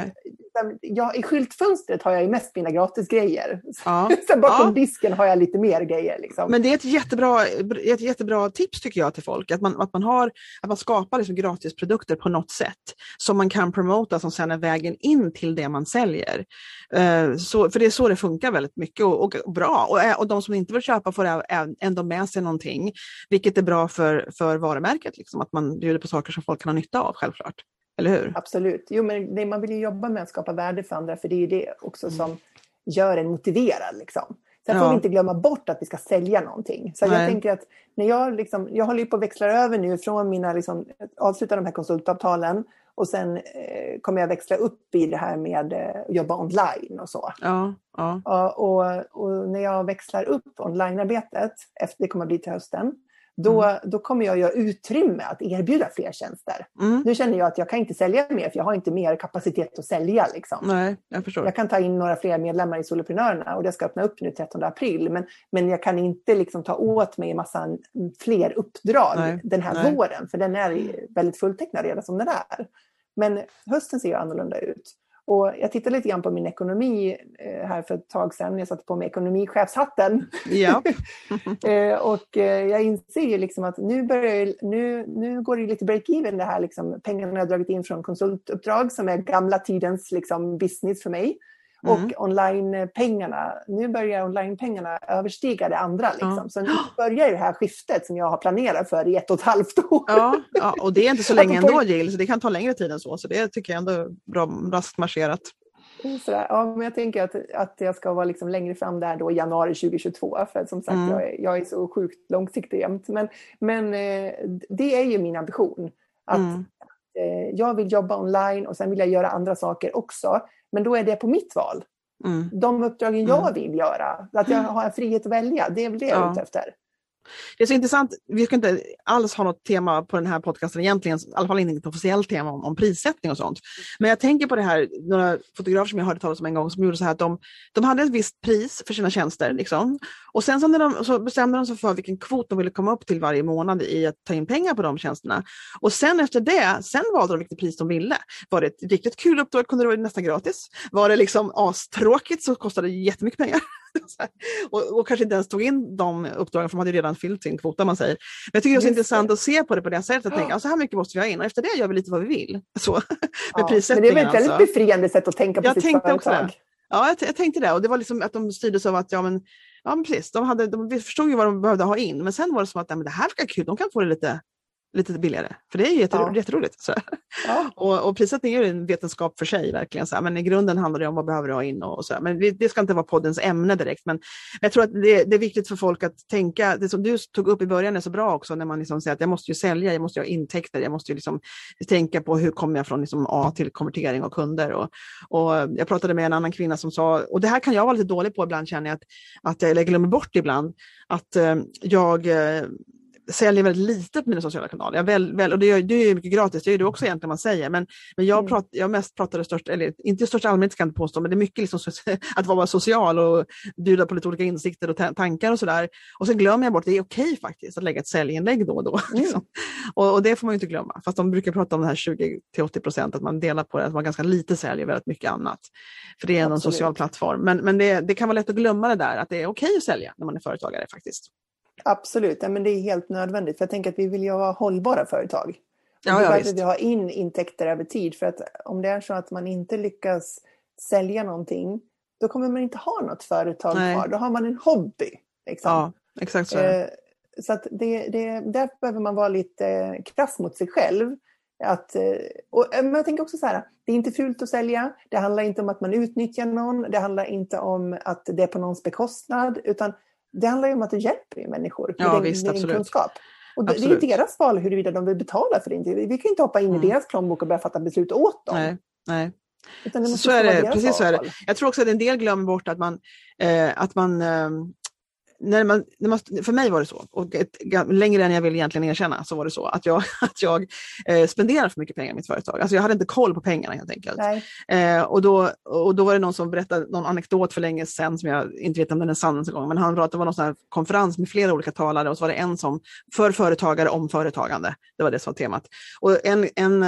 utan jag, i skyltfönstret har jag ju mest mina gratisgrejer. Ja. Sen bakom ja. Disken har jag lite mer grejer. Liksom. Men det är ett jättebra, ett jättebra tips tycker jag till folk. Att man, att man, har, att man skapar liksom gratisprodukter på något sätt. Som man kan promota som sen är vägen in till det man säljer. Uh, så, för det är så det funkar väldigt mycket och, och, och bra. Och, och de som inte vill köpa får ändå med sig någonting. Vilket är bra för, för varumärket. Liksom, att man bjuder på saker som folk kan ha nytta av, självklart. Eller hur? Absolut. Jo, men det, man vill ju jobba med att skapa värde för andra, för det är ju det också som mm. gör en motiverad. Liksom. Sen får ja. Vi inte glömma bort att vi ska sälja någonting. Så Nej. Jag tänker att när jag, liksom, jag håller ju på att växla över nu från mina, liksom, avsluta de här konsultavtalen och sen eh, kommer jag växla upp i det här med eh, att jobba online och så. Ja, ja. Och, och, och när jag växlar upp onlinearbetet, efter det kommer att bli till hösten, Då, mm. då kommer jag ju ha utrymme att erbjuda fler tjänster. Mm. Nu känner jag att jag kan inte sälja mer för jag har inte mer kapacitet att sälja. Liksom. Nej, jag förstår. Jag kan ta in några fler medlemmar i Soloprenörerna och det ska öppna upp nu trettonde april. Men, men jag kan inte liksom ta åt mig en massa fler uppdrag Nej. Den här Nej. Våren. För den är väldigt fulltecknad redan som den är. Men hösten ser ju annorlunda ut. Och jag tittade lite grann på min ekonomi eh, här för ett tag sedan. Jag satte på mig ekonomichefshatten. Ja. eh, och eh, jag inser ju liksom att nu, börjar, nu, nu går det lite break-even det här. Liksom, pengarna jag har dragit in från konsultuppdrag som är gamla tidens liksom, business för mig. Mm. Och online-pengarna, nu börjar online-pengarna överstiga det andra. Liksom. Ja. Så nu börjar det här skiftet som jag har planerat för i ett och ett halvt år. Ja, ja och det är inte så länge ändå, Jill, så det kan ta längre tid än så. Så det tycker jag ändå är bra, raskt marscherat. Sådär. Ja, men jag tänker att, att jag ska vara liksom längre fram där då i januari tjugohundratjugotvå. För som sagt, mm. jag, är, jag är så sjukt långsiktig jämt. Men, men eh, det är ju min ambition. Att mm. eh, jag vill jobba online och sen vill jag göra andra saker också. Men då är det på mitt val. Mm. De uppdragen jag mm. vill göra. Att jag har en frihet att välja. Det är väl det jag är ute efter. Det är så intressant. Vi ska inte alls ha något tema på den här podcasten egentligen. I alla fall inte ett officiellt tema om, om prissättning och sånt. Men jag tänker på det här. Några fotografer som jag hörde talas om en gång som gjorde så här att de, de hade ett visst pris för sina tjänster. Liksom. Och sen så, när de, så bestämde de sig för vilken kvot de ville komma upp till varje månad i att ta in pengar på de tjänsterna. Och sen efter det, sen valde de vilket pris de ville. Var det ett riktigt kul uppdrag kunde det vara nästan gratis. Var det liksom astråkigt så kostade det jättemycket pengar. och, och kanske inte ens tog in de uppdragen för de hade redan fyllt sin kvota, man säger. Men jag tycker det är så intressant det. Att se på det på det sättet att tänka, så här mycket måste vi ha in och efter det gör vi lite vad vi vill. Så, ja, men det är väl ett väldigt alltså. befriande sätt att tänka på jag sitt tänkte företag. Också det. Ja, jag, jag tänkte det och det var liksom att de styrdes av att ja men, ja, men precis, de, hade, de förstod ju vad de behövde ha in men sen var det som att ja, men det här ska kul, de kan få det lite lite billigare, för det är ju jätter, ja. jätteroligt. Så. Ja. Och, och prissättning är ju en vetenskap för sig verkligen, så här. Men i grunden handlar det om vad behöver du ha in och, och så. Men det, det ska inte vara poddens ämne direkt, men jag tror att det, det är viktigt för folk att tänka, det som du tog upp i början är så bra också, när man liksom säger att jag måste ju sälja, jag måste ha intäkter, jag måste ju liksom tänka på hur kommer jag från liksom A till konvertering och kunder. Och, och jag pratade med en annan kvinna som sa, och det här kan jag vara lite dålig på ibland, känner jag att, att jag, jag glömmer bort ibland, att eh, jag eh, säljer väldigt lite på mina sociala kanaler. Jag väl, väl, och det är, det är ju mycket gratis, det är ju också egentligen man säger. Men, men jag, prat, jag mest pratar störst, eller inte i största allmänhet ska jag inte påstå, men det är mycket liksom att vara social och bjuda på lite olika insikter och ta- tankar och sådär. Och sen glömmer jag bort, det är okej faktiskt att lägga ett säljinlägg då och då. Mm. Liksom. Och, och det får man ju inte glömma. Fast de brukar prata om det här tjugo till åttio procent, att man delar på det, att man ganska lite säljer väldigt mycket annat. För det är en social plattform. Men, men det, det kan vara lätt att glömma det där, att det är okej att sälja när man är företagare faktiskt. Absolut, ja, men det är helt nödvändigt. För jag tänker att vi vill ju ha hållbara företag. Och ja, då ja, behöver vi ha in intäkter över tid. För att om det är så att man inte lyckas sälja någonting, då kommer man inte ha något företag Nej. kvar. Då har man en hobby. Liksom. Ja. exakt så är det. Eh, så att det, det, där behöver man vara lite krass mot sig själv. Att, och, men jag tänker också så här, det är inte fult att sälja, det handlar inte om att man utnyttjar någon, det handlar inte om att det är på någons bekostnad, utan det handlar ju om att du hjälper människor med ja, din, visst, din kunskap. Och det, det är deras val huruvida de vill betala för det. Vi kan inte hoppa in mm. i deras plånbok och börja fatta beslut åt dem. Nej, nej. Utan det måste så är det, precis val. Så är det. Jag tror också att en del glömmer bort att man, eh, att man eh, När man, när man, för mig var det så, och ett, längre än jag vill egentligen erkänna så var det så att jag, att jag eh, spenderade för mycket pengar i mitt företag. Alltså jag hade inte koll på pengarna helt enkelt. Eh, och, då, och då var det någon som berättade någon anekdot för länge sedan som jag inte vet om den är sann en gång, men han pratade, det var någon sån här konferens med flera olika talare och så var det en som för företagare om företagande. Det var det som var temat. Och en, en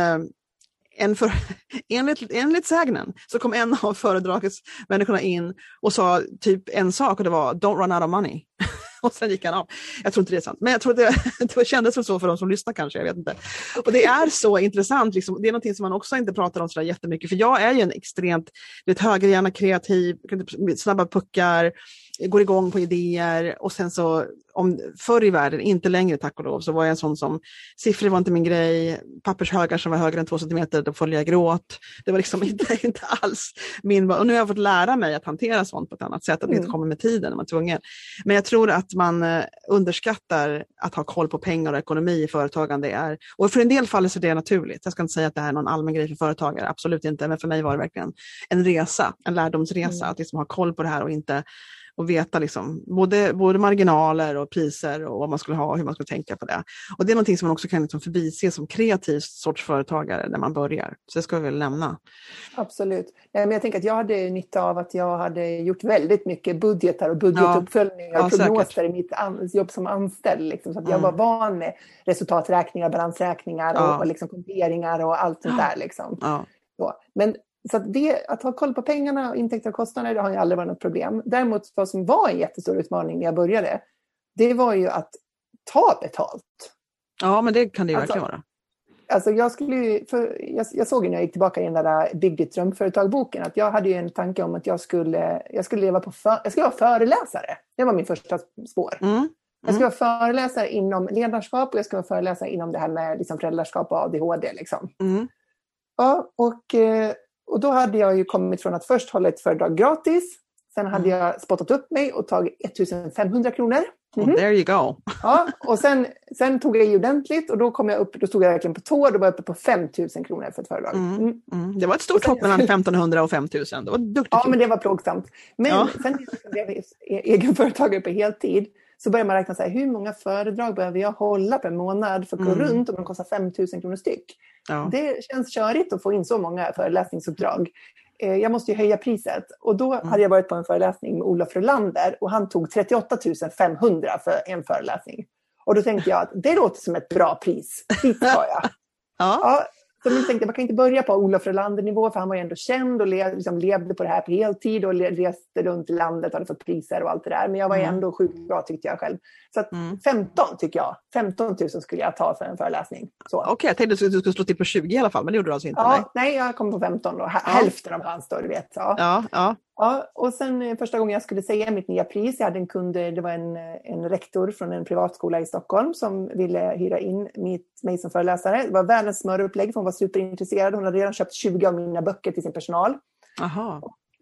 En för, enligt, enligt sägnen så kom en av föredragsmänniskorna in och sa typ en sak och det var don't run out of money. Och sen gick han av. Jag tror inte det är sant. Men jag tror att det, det kändes så för de som lyssnar kanske, jag vet inte. Och det är så intressant. Liksom. Det är någonting som man också inte pratar om så där jättemycket. För jag är ju en extremt vet, högerhjärna, kreativ, snabba puckar, går igång på idéer. Och sen så, om förr i världen, inte längre tack och lov, så var jag en sån som, siffror var inte min grej, pappershögar som var högre än två centimeter, då följde jag gråt. Det var liksom inte, inte alls min, och nu har jag fått lära mig att hantera sånt på ett annat sätt, att det inte kommer med tiden när man är tvungen. Men jag tror att man underskattar att ha koll på pengar och ekonomi i företagande är, och för en del fall så är det naturligt. Jag ska inte säga att det här är någon allmän grej för företagare, absolut inte, men för mig var det verkligen en resa, en lärdomsresa, mm. att liksom ha koll på det här och inte och veta liksom både, både marginaler och priser och vad man skulle ha och hur man skulle tänka på det. Och det är någonting som man också kan liksom förbise som kreativ sorts företagare när man börjar. Så det ska vi väl nämna. Absolut. Men jag tänker att jag hade nytta av att jag hade gjort väldigt mycket budgetar och budgetuppföljningar ja, och ja, prognoser säkert. I mitt jobb som anställd. Liksom, så att jag mm. var van med resultaträkningar, balansräkningar ja. och, och liksom komperingar och allt sånt där. Liksom. Ja. Så. Men Så att, det, att ha koll på pengarna och intäkter och kostnader, det har ju aldrig varit något problem. Däremot vad som var en jättestor utmaning när jag började, det var ju att ta betalt. Ja, men det kan det ju alltså, verkligen vara. Alltså jag, skulle ju, för jag, jag såg ju när jag gick tillbaka i den där Bygg ditt drömföretag-boken att jag hade ju en tanke om att jag skulle, jag skulle leva på för, jag skulle vara föreläsare. Det var min första spår. Mm. Mm. Jag skulle vara föreläsare inom ledarskap och jag skulle vara föreläsare inom det här med liksom föräldraskap och A D H D. Liksom. Mm. Ja, och... Och då hade jag ju kommit från att först hålla ett föredrag gratis. Sen hade mm. jag spottat upp mig och tagit ettusenfemhundra kronor. Mm. Oh, there you go. Ja, och sen, sen tog jag i ordentligt och då kom jag upp, då stod jag verkligen på tå. Då var jag uppe på femtusen kronor för ett föredrag. Mm. Mm. Mm. Det var ett stort hopp mellan femtonhundra och femtusen. Det var duktigt. Ja, men det var plågsamt. Men ja. Sen när jag blev egenföretagare på heltid så börjar man räkna så här, hur många föredrag behöver jag hålla per månad för att gå mm. runt om de kostar femtusen kronor styck. Ja. Det känns körigt att få in så många föreläsningsuppdrag. Eh, jag måste ju höja priset. Och då mm. hade jag varit på en föreläsning med Olof Rolander och han tog trettioåtta tusen femhundra för en föreläsning. Och då tänkte jag att det låter som ett bra pris. Dit ska jag. Ja. Ja. Så jag tänkte, man kan inte börja på Olof Rolander-nivå för han var ju ändå känd och le, liksom levde på det här på heltid och reste runt i landet och hade fått priser och allt det där. Men jag var mm. ändå sjukt bra tyckte jag själv. Så att mm. femton tycker jag. femton tusen skulle jag ta för en föreläsning. Okej, okay, jag tänkte att du skulle slå till på tjugo i alla fall, men det gjorde du alltså inte? Ja, nej, nej jag kom på femton då. H- ja. Hälften av hans då, du vet. Ja. Ja, ja. Ja, och sen första gången jag skulle säga mitt nya pris, jag hade en kund, det var en, en rektor från en privatskola i Stockholm som ville hyra in mitt, mig som föreläsare. Det var världens smörupplägg för hon var superintresserad. Hon hade redan köpt tjugo av mina böcker till sin personal. Aha.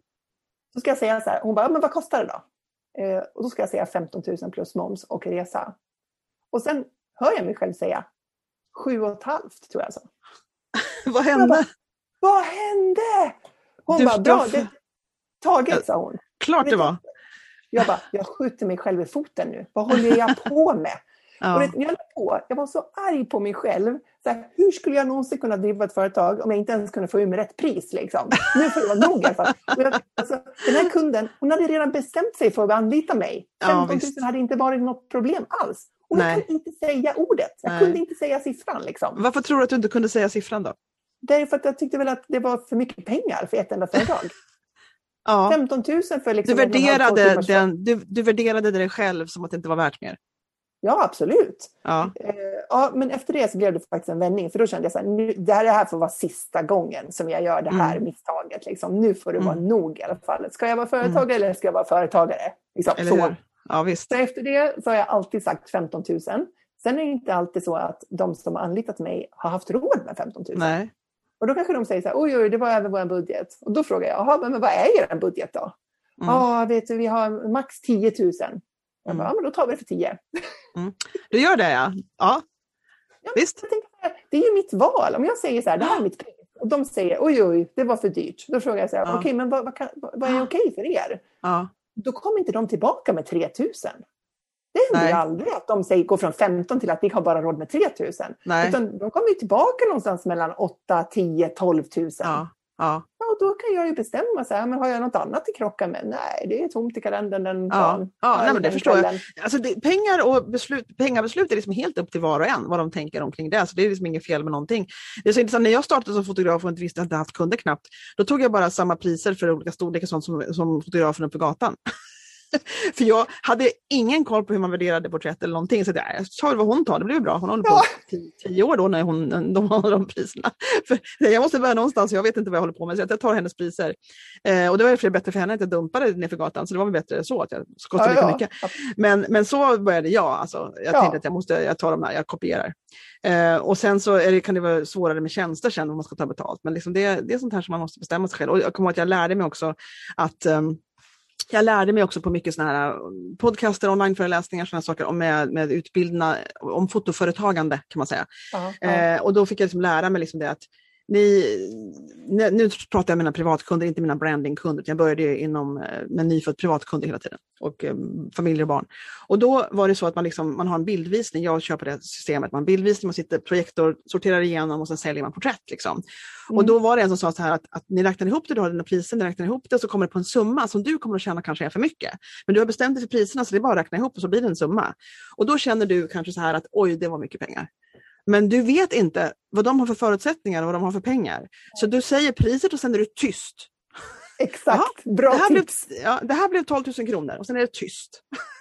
Så ska jag säga så här, hon bara, men vad kostar det då? Eh, och då ska jag säga femton tusen plus moms och resa. Och sen hör jag mig själv säga sju och ett halvt tror jag så. Vad hände? Bara, vad hände? Hon du, bara, bra, det taget, sa hon. Klart det var. Jag bara, jag skjuter mig själv i foten nu. Vad håller jag på med? Ja. Och det, jag, på, jag var så arg på mig själv. Så här, hur skulle jag någonsin kunna driva ett företag om jag inte ens kunde få ur med rätt pris? Liksom? Nu får det vara nog i alla fall. Jag, alltså, den här kunden, hon hade redan bestämt sig för att anlita mig. femton tusen ja, hade inte varit något problem alls. Och jag kan inte säga ordet. Jag Nej. kunde inte säga siffran. Liksom. Varför tror du att du inte kunde säga siffran då? Därför att jag tyckte väl att det var för mycket pengar för ett enda företag. Ja. femton tusen för liksom... Du värderade, den, du, du värderade dig själv som att det inte var värt mer. Ja, absolut. Ja. Eh, ja, men efter det så blev det faktiskt en vändning. För då kände jag så här, nu, det här, det här får vara sista gången som jag gör det här mm. misstaget. Liksom. Nu får det mm. vara nog i alla fall. Ska jag vara företagare mm. eller ska jag vara företagare? Liksom, eller så. Hur? ja visst. Så efter det så har jag alltid sagt femton tusen. Sen är det inte alltid så att de som har anlitat mig har haft råd med femton tusen. Nej. Och då kanske de säger så här, oj, oj, det var över vår budget. Och då frågar jag, jaha, men vad är er budget då? Ja, mm. ah, vet du, vi har max tio tusen. Jag Mm. bara, ja, men då tar vi det för tio. Mm. Du gör det, ja. Ja, ja visst. Jag tänker, det är ju mitt val. Om jag säger så här, det här är mitt pris. Och de säger, oj, oj, det var för dyrt. Då frågar jag så här, ja. okej, okay, men vad, vad, kan, vad är okej okay för er? Ja. Då kommer inte de tillbaka med tre tusen. Det händer ju aldrig att de säger, går från femton till att vi har bara råd med tre tusen. Nej. Utan de kommer ju tillbaka någonstans mellan åtta, tio, tolv tusen. Ja. Ja. Ja, och då kan jag ju bestämma så här, men har jag något annat att krocka med? Nej, det är tomt i kalendern den dagen. Ja, ja nej, men det förstår kvällen. jag. Alltså det, pengar och beslut, pengabeslut är liksom helt upp till var och en vad de tänker omkring det. Så det är liksom inget fel med någonting. Det är så intressant, när jag startade som fotograf och inte visste att jag inte haft kunder knappt, då tog jag bara samma priser för olika storlekar sånt som, som fotografen uppe på gatan. För jag hade ingen koll på hur man värderade porträtt eller någonting. Så det, jag sa vad hon tar, det blev bra. Hon håller på ja. tio, tio år då när hon, de har de priserna. För jag måste börja någonstans, jag vet inte vad jag håller på med. Så jag tar hennes priser. Eh, och det var ju bättre för henne att jag dumpade ner för gatan. Så det var väl bättre så att jag kostade ja, lika ja. mycket. Men, men så började jag. Alltså, jag ja. tänkte att jag måste jag tar de här, jag kopierar. Eh, och sen så är det, kan det vara svårare med tjänster sen om man ska ta betalt. Men liksom det, det är sånt här som man måste bestämma sig själv. Och jag kommer ihåg att jag lärde mig också att... Um, Jag lärde mig också på mycket såna här podcaster, onlineföreläsningar, såna saker om med, med utbildning om fotoföretagande kan man säga. Uh-huh. Eh, och då fick jag liksom lära mig liksom det att ni, nu pratar jag med mina privatkunder, inte mina brandingkunder. Jag började inom med nyfödd privatkunder hela tiden och eh, familjer och barn. Och då var det så att man, liksom, man har en bildvisning, jag kör på det systemet, man bildvisning, man sitter projektor, sorterar igenom och sen säljer man porträtt liksom. Mm. Och då var det en som sa så här att, att ni räknar ihop det, du har dina priser, ni räknar ihop det och så kommer det på en summa som du kommer att tjäna kanske är för mycket. Men du har bestämt dig för priserna så det är bara att räkna ihop och så blir det en summa. Och då känner du kanske så här att oj, det var mycket pengar. Men du vet inte vad de har för förutsättningar och vad de har för pengar. Så du säger priset och sen är du tyst. Exakt, ja, bra det här tips. Blev, ja, det här blev tolv tusen kronor och sen är det tyst.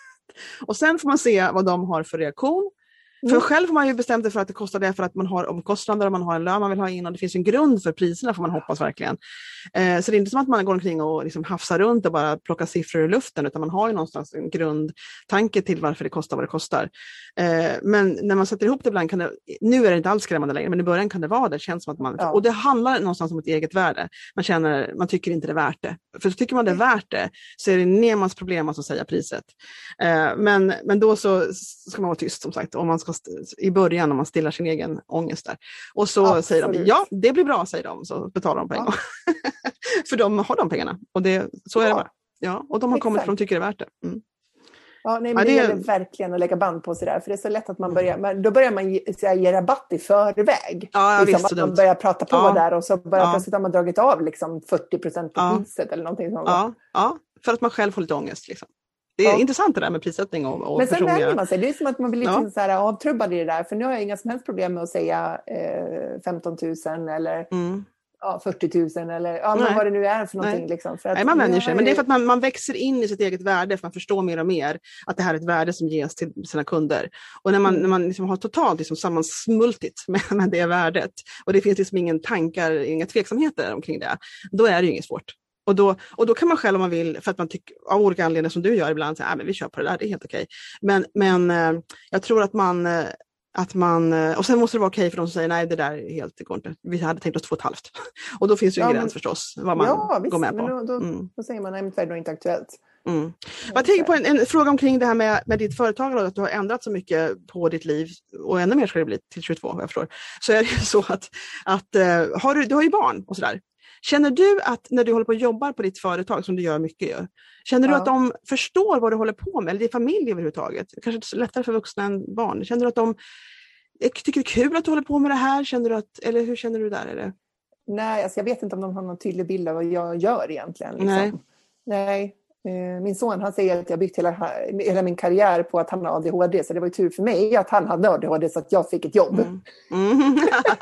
Och sen får man se vad de har för reaktion. Mm. För själv har man ju bestämt sig för att det kostar det för att man har omkostnader och man har en lön man vill ha in och det finns en grund för priserna får man hoppas verkligen. Eh, så det är inte som att man går omkring och liksom hafsar runt och bara plockar siffror i luften utan man har ju någonstans en grundtanke till varför det kostar vad det kostar. Eh, men när man sätter ihop det ibland kan det, nu är det inte alls skrämmande längre men i början kan det vara det, det känns som att man, ja. Och det handlar någonstans om ett eget värde. Man känner, man tycker inte det är värt det. För så tycker man det är värt det så är det Nemans problem att säga priset. Eh, men, men då så ska man vara tyst som sagt om man ska i början om man stillar sin egen ångest där. Och så Absolut. Säger de, ja det blir bra säger de, så betalar de pengar. Ja. För de har de pengarna och det, så är ja. det bara. Ja, och de har Exakt. kommit för de tycker det är värt det. Mm. Ja, nej, men ja, det, det gäller verkligen att lägga band på sig där. För det är så lätt att man börjar, men då börjar man ge, säga, ge rabatt i förväg. Ja, liksom, visst, att man börjar prata på ja. där och så börjar ja. plötsligt har man dragit av liksom fyrtio procent på ja. priset eller någonting sånt. Ja. ja, för att man själv får lite ångest liksom. Det är ja. intressant det där med prissättning och, och men sen personliga... vänjer man sig. Det är som att man blir lite ja. så här avtrubbad i det där. För nu har jag inga som helst problem med att säga eh, femton tusen eller mm. ja, fyrtio tusen eller ja, men vad det nu är för någonting. Liksom. För att, Nej, man vänjer sig. Men det är för att man, man växer in i sitt eget värde för man förstår mer och mer att det här är ett värde som ges till sina kunder. Och när man, mm. när man liksom har totalt liksom sammansmultit med, med det värdet och det finns liksom ingen tankar, inga tveksamheter omkring det, då är det ju inget svårt. Och då, och då kan man själv om man vill, för att man tycker av olika anledningar som du gör ibland, säga, ah, men vi kör på det där, det är helt okej. Men, men eh, jag tror att man, eh, att man, eh, och sen måste det vara okej för de som säger nej det där är helt, det går inte. Vi hade tänkt oss två och ett halvt. Och då finns ju en ja, gräns men, förstås, vad man ja, visst, går med på. Men då, då, mm. då säger man, nej men det är inte aktuellt. Mm. Jag tänker på en, en fråga omkring det här med, med ditt företag, att du har ändrat så mycket på ditt liv och ännu mer ska det bli till tjugotvå, jag förstår. Så är det ju så att, att uh, har du, du har ju barn och sådär. Känner du att när du håller på och jobbar på ditt företag, som du gör mycket ju, känner du ja. att de förstår vad du håller på med, eller din familj överhuvudtaget? Kanske lättare för vuxna än barn. Känner du att de tycker det är kul att du håller på med det här? Känner du att, eller hur känner du där? Eller? Nej, alltså jag vet inte om de har någon tydlig bild av vad jag gör egentligen. Liksom. Nej. Nej. Min son han säger att jag byggt hela, hela min karriär på att han har A D H D, så det var ju tur för mig att han hade A D H D så att jag fick ett jobb. Mm. Mm.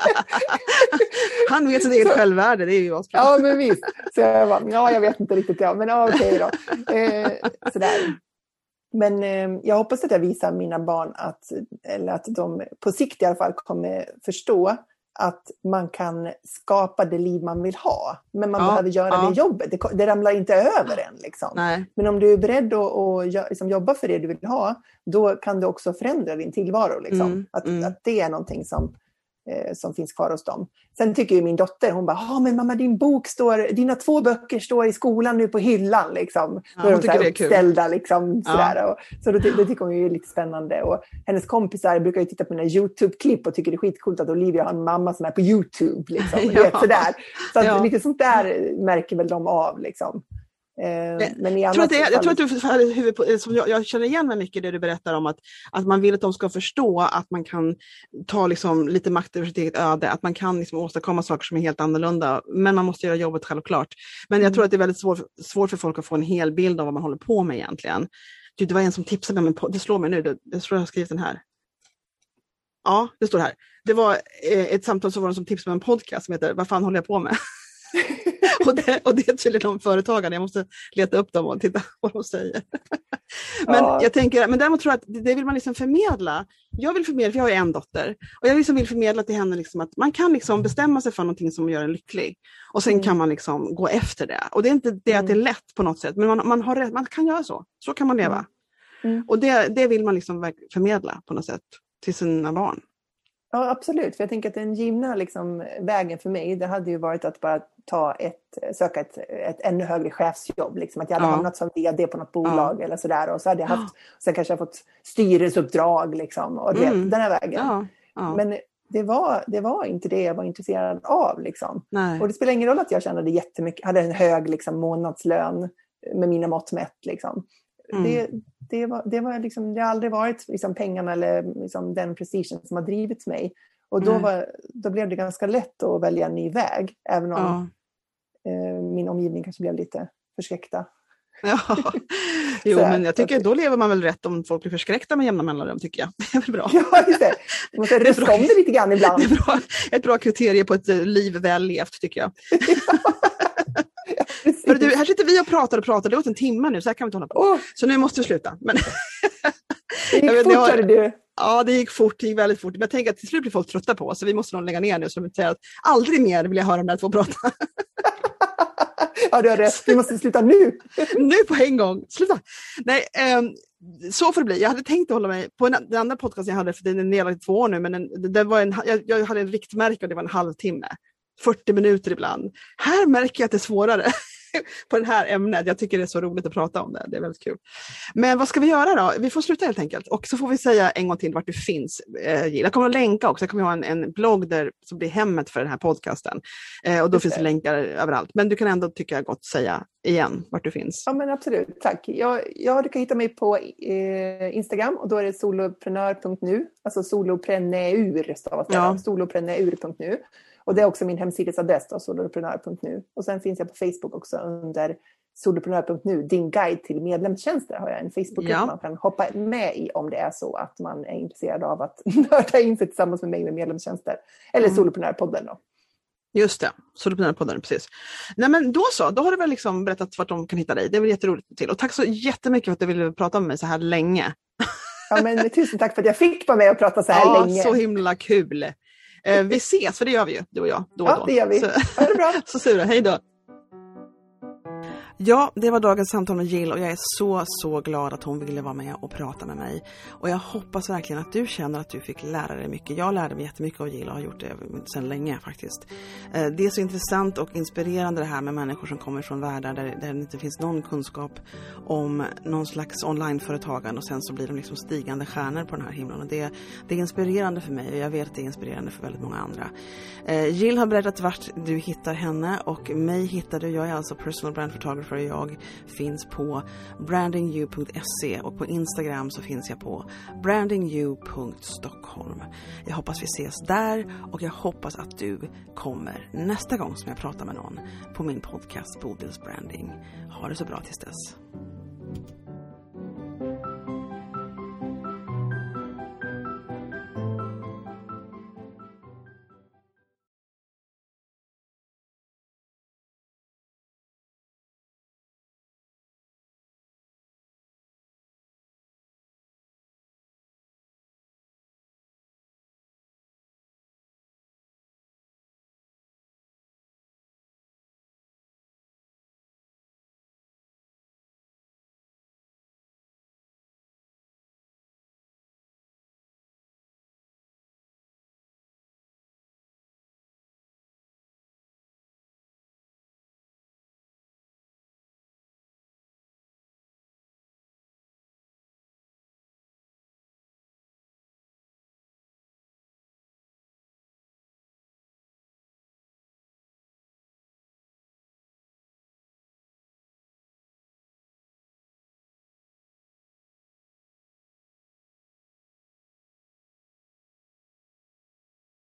Han vet sitt eget självvärde, det är ju asbra. Ja men visst, så jag bara, ja jag vet inte riktigt ja, men ja, okej då. Eh, sådär. Men eh, jag hoppas att jag visar mina barn att, eller att de på sikt i alla fall kommer förstå att man kan skapa det liv man vill ha. Men man ja, behöver göra ja. det jobbet. Det, det ramlar inte över en. Liksom. Nej. Men om du är beredd att, att liksom, jobba för det du vill ha, då kan du också förändra din tillvaro. Liksom. Mm, att, mm. att det är någonting som, eh, som finns kvar hos dem. Sen tycker ju min dotter, hon bara, ja men mamma, din bok står, dina två böcker står i skolan nu på hyllan. Liksom. Ja, då är de så här det är kul. uppställda. Liksom, sådär. Ja. Och, så det, det tycker hon ju är lite spännande. Och hennes kompisar brukar ju titta på mina YouTube-klipp och tycker det är skitcoolt att Olivia har en mamma som är på YouTube. Liksom. Ja. Vet, sådär. Så att Ja. lite sånt där märker väl de av. Liksom. Eh, men i jag, tror att det är, fall... jag tror att du har huvud på, som jag, jag känner igen mig mycket det du berättar om att, att man vill att de ska förstå att man kan ta liksom lite makt över sitt eget öde, att man kan liksom åstadkomma saker som är helt annorlunda, men man måste göra jobbet självklart. Men jag Mm. tror att det är väldigt svårt, svårt för folk att få en hel bild av vad man håller på med egentligen. Det var en som tipsade mig, det slår mig nu, det, jag tror jag har skrivit den här. Ja, det står här. Det var eh, ett samtal som var de som tipsade om en podcast som heter Vad fan håller jag på med? och, det, och det är tydligen de företagarna. Jag måste leta upp dem och titta vad de säger. men Ja. jag tänker, men däremot tror jag att det vill man liksom förmedla. Jag vill förmedla, för jag har ju en dotter. Och jag liksom vill förmedla till henne liksom att man kan liksom bestämma sig för någonting som gör en lycklig. Och sen Mm. kan man liksom gå efter det. Och det är inte det att det är lätt på något sätt. Men man, man, har rätt, man kan göra så. Så kan man leva. Mm. Mm. Och det, det vill man liksom verk- förmedla på något sätt till sina barn. Ja, absolut. För jag tänker att den givna liksom, vägen för mig, det hade ju varit att bara ta ett, söka ett, ett ännu högre chefsjobb. Liksom. Att jag hade Ja. hamnat som vd på något bolag Ja. eller sådär. Och så hade jag haft, sen kanske jag fått styrelseuppdrag liksom. Och det, Mm. den här vägen. Ja. Ja. Men det var, det var inte det jag var intresserad av. Liksom. Nej. Och det spelar ingen roll att jag tjänade jättemycket, hade en hög liksom, månadslön med mina mått mätt. Liksom. Mm. Det, det, var, det, var liksom, det har aldrig varit liksom, pengarna eller liksom, den prestigen som har drivit mig. Och då, Nej. var, då blev det ganska lätt att välja en ny väg. Även om Ja. eh, min omgivning kanske blev lite förskräckta. Ja. Jo, Så, men jag tycker så. då lever man väl rätt om folk blir förskräckta med jämna mellanrum, tycker jag. Det är väl bra. Ja, just det. Du måste Det är rösta bra. om det lite grann ibland. Det är bra. Ett bra kriterie på ett eh, liv väl levt, tycker jag. Precis. Hörru, du, här sitter vi och pratar och pratar, det har gått en timme nu, så här kan vi inte hålla på. Åh, Så nu måste vi sluta. Men det gick Jag vet, fort, jag har- hörde du. ja, det gick fort, det gick väldigt fort. Men jag tänker att till slut blir folk trötta på oss, så vi måste nog lägga ner nu, så de inte säger att aldrig mer vill jag höra de där två prata. Ja, du har rätt. Vi måste sluta nu. Nu på en gång, sluta! Nej, ehm, så får det bli. Jag hade tänkt att hålla mig på en, den andra podcasten jag hade, för den är nedlagd i två år nu, men den, den var en, jag, jag hade en riktmärke och det var en halvtimme. fyrtio minuter ibland. Här märker jag att det är svårare på det här ämnet. Jag tycker det är så roligt att prata om det. Det är väldigt kul. Men vad ska vi göra då? Vi får sluta helt enkelt. Och så får vi säga en gång till vart du finns. Eh, jag kommer att länka också. Jag kommer att ha en, en blogg där som blir hemmet för den här podcasten. Eh, och då Just finns det det. länkar överallt. Men du kan ändå, tycker jag, gott säga igen vart du finns. Ja, men absolut. Tack. Jag, jag, du kan hitta mig på eh, Instagram och då är det soloprenör punkt nu. Alltså solopreneur stavas det. Ja. solopreneur punkt nu. Och det är också min hemsidesadress då, soloprenör punkt nu. Och sen finns jag på Facebook också under soloprenör punkt nu. Din guide till medlemstjänster har jag en Facebookgrupp Ja. man kan hoppa med i om det är så att man är intresserad av att nörda in sig tillsammans med mig med medlemstjänster. Eller Mm. Soloprenörpodden då. Just det, Soloprenörpodden, precis. Nej, men då så, då har du väl liksom berättat vart de kan hitta dig. Det är väl jätteroligt till. Och tack så jättemycket för att du ville prata med mig så här länge. Ja, men tusen tack för att jag fick vara med och prata så här Ja, länge. så himla kul. Eh, vi ses, för det gör vi ju, du och jag, då och Ja, då. det gör vi. Så, Ha det bra. så sura, hej då. Ja, det var dagens samtal med Jill och jag är så, så glad att hon ville vara med och prata med mig. Och jag hoppas verkligen att du känner att du fick lära dig mycket. Jag lärde mig jättemycket av Jill och har gjort det sedan länge faktiskt. Det är så intressant och inspirerande det här med människor som kommer från världar där, där det inte finns någon kunskap om någon slags onlineföretagande och sen så blir de liksom stigande stjärnor på den här himlen. Och det, det är inspirerande för mig och jag vet att det är inspirerande för väldigt många andra. Jill har berättat vart du hittar henne och mig hittar du. Jag är alltså personal brand photographer. Jag finns på branding you punkt se och på Instagram så finns jag på branding you punkt stockholm. Jag hoppas vi ses där och jag hoppas att du kommer nästa gång som jag pratar med någon på min podcast Bodils Branding. Ha det så bra tills dess.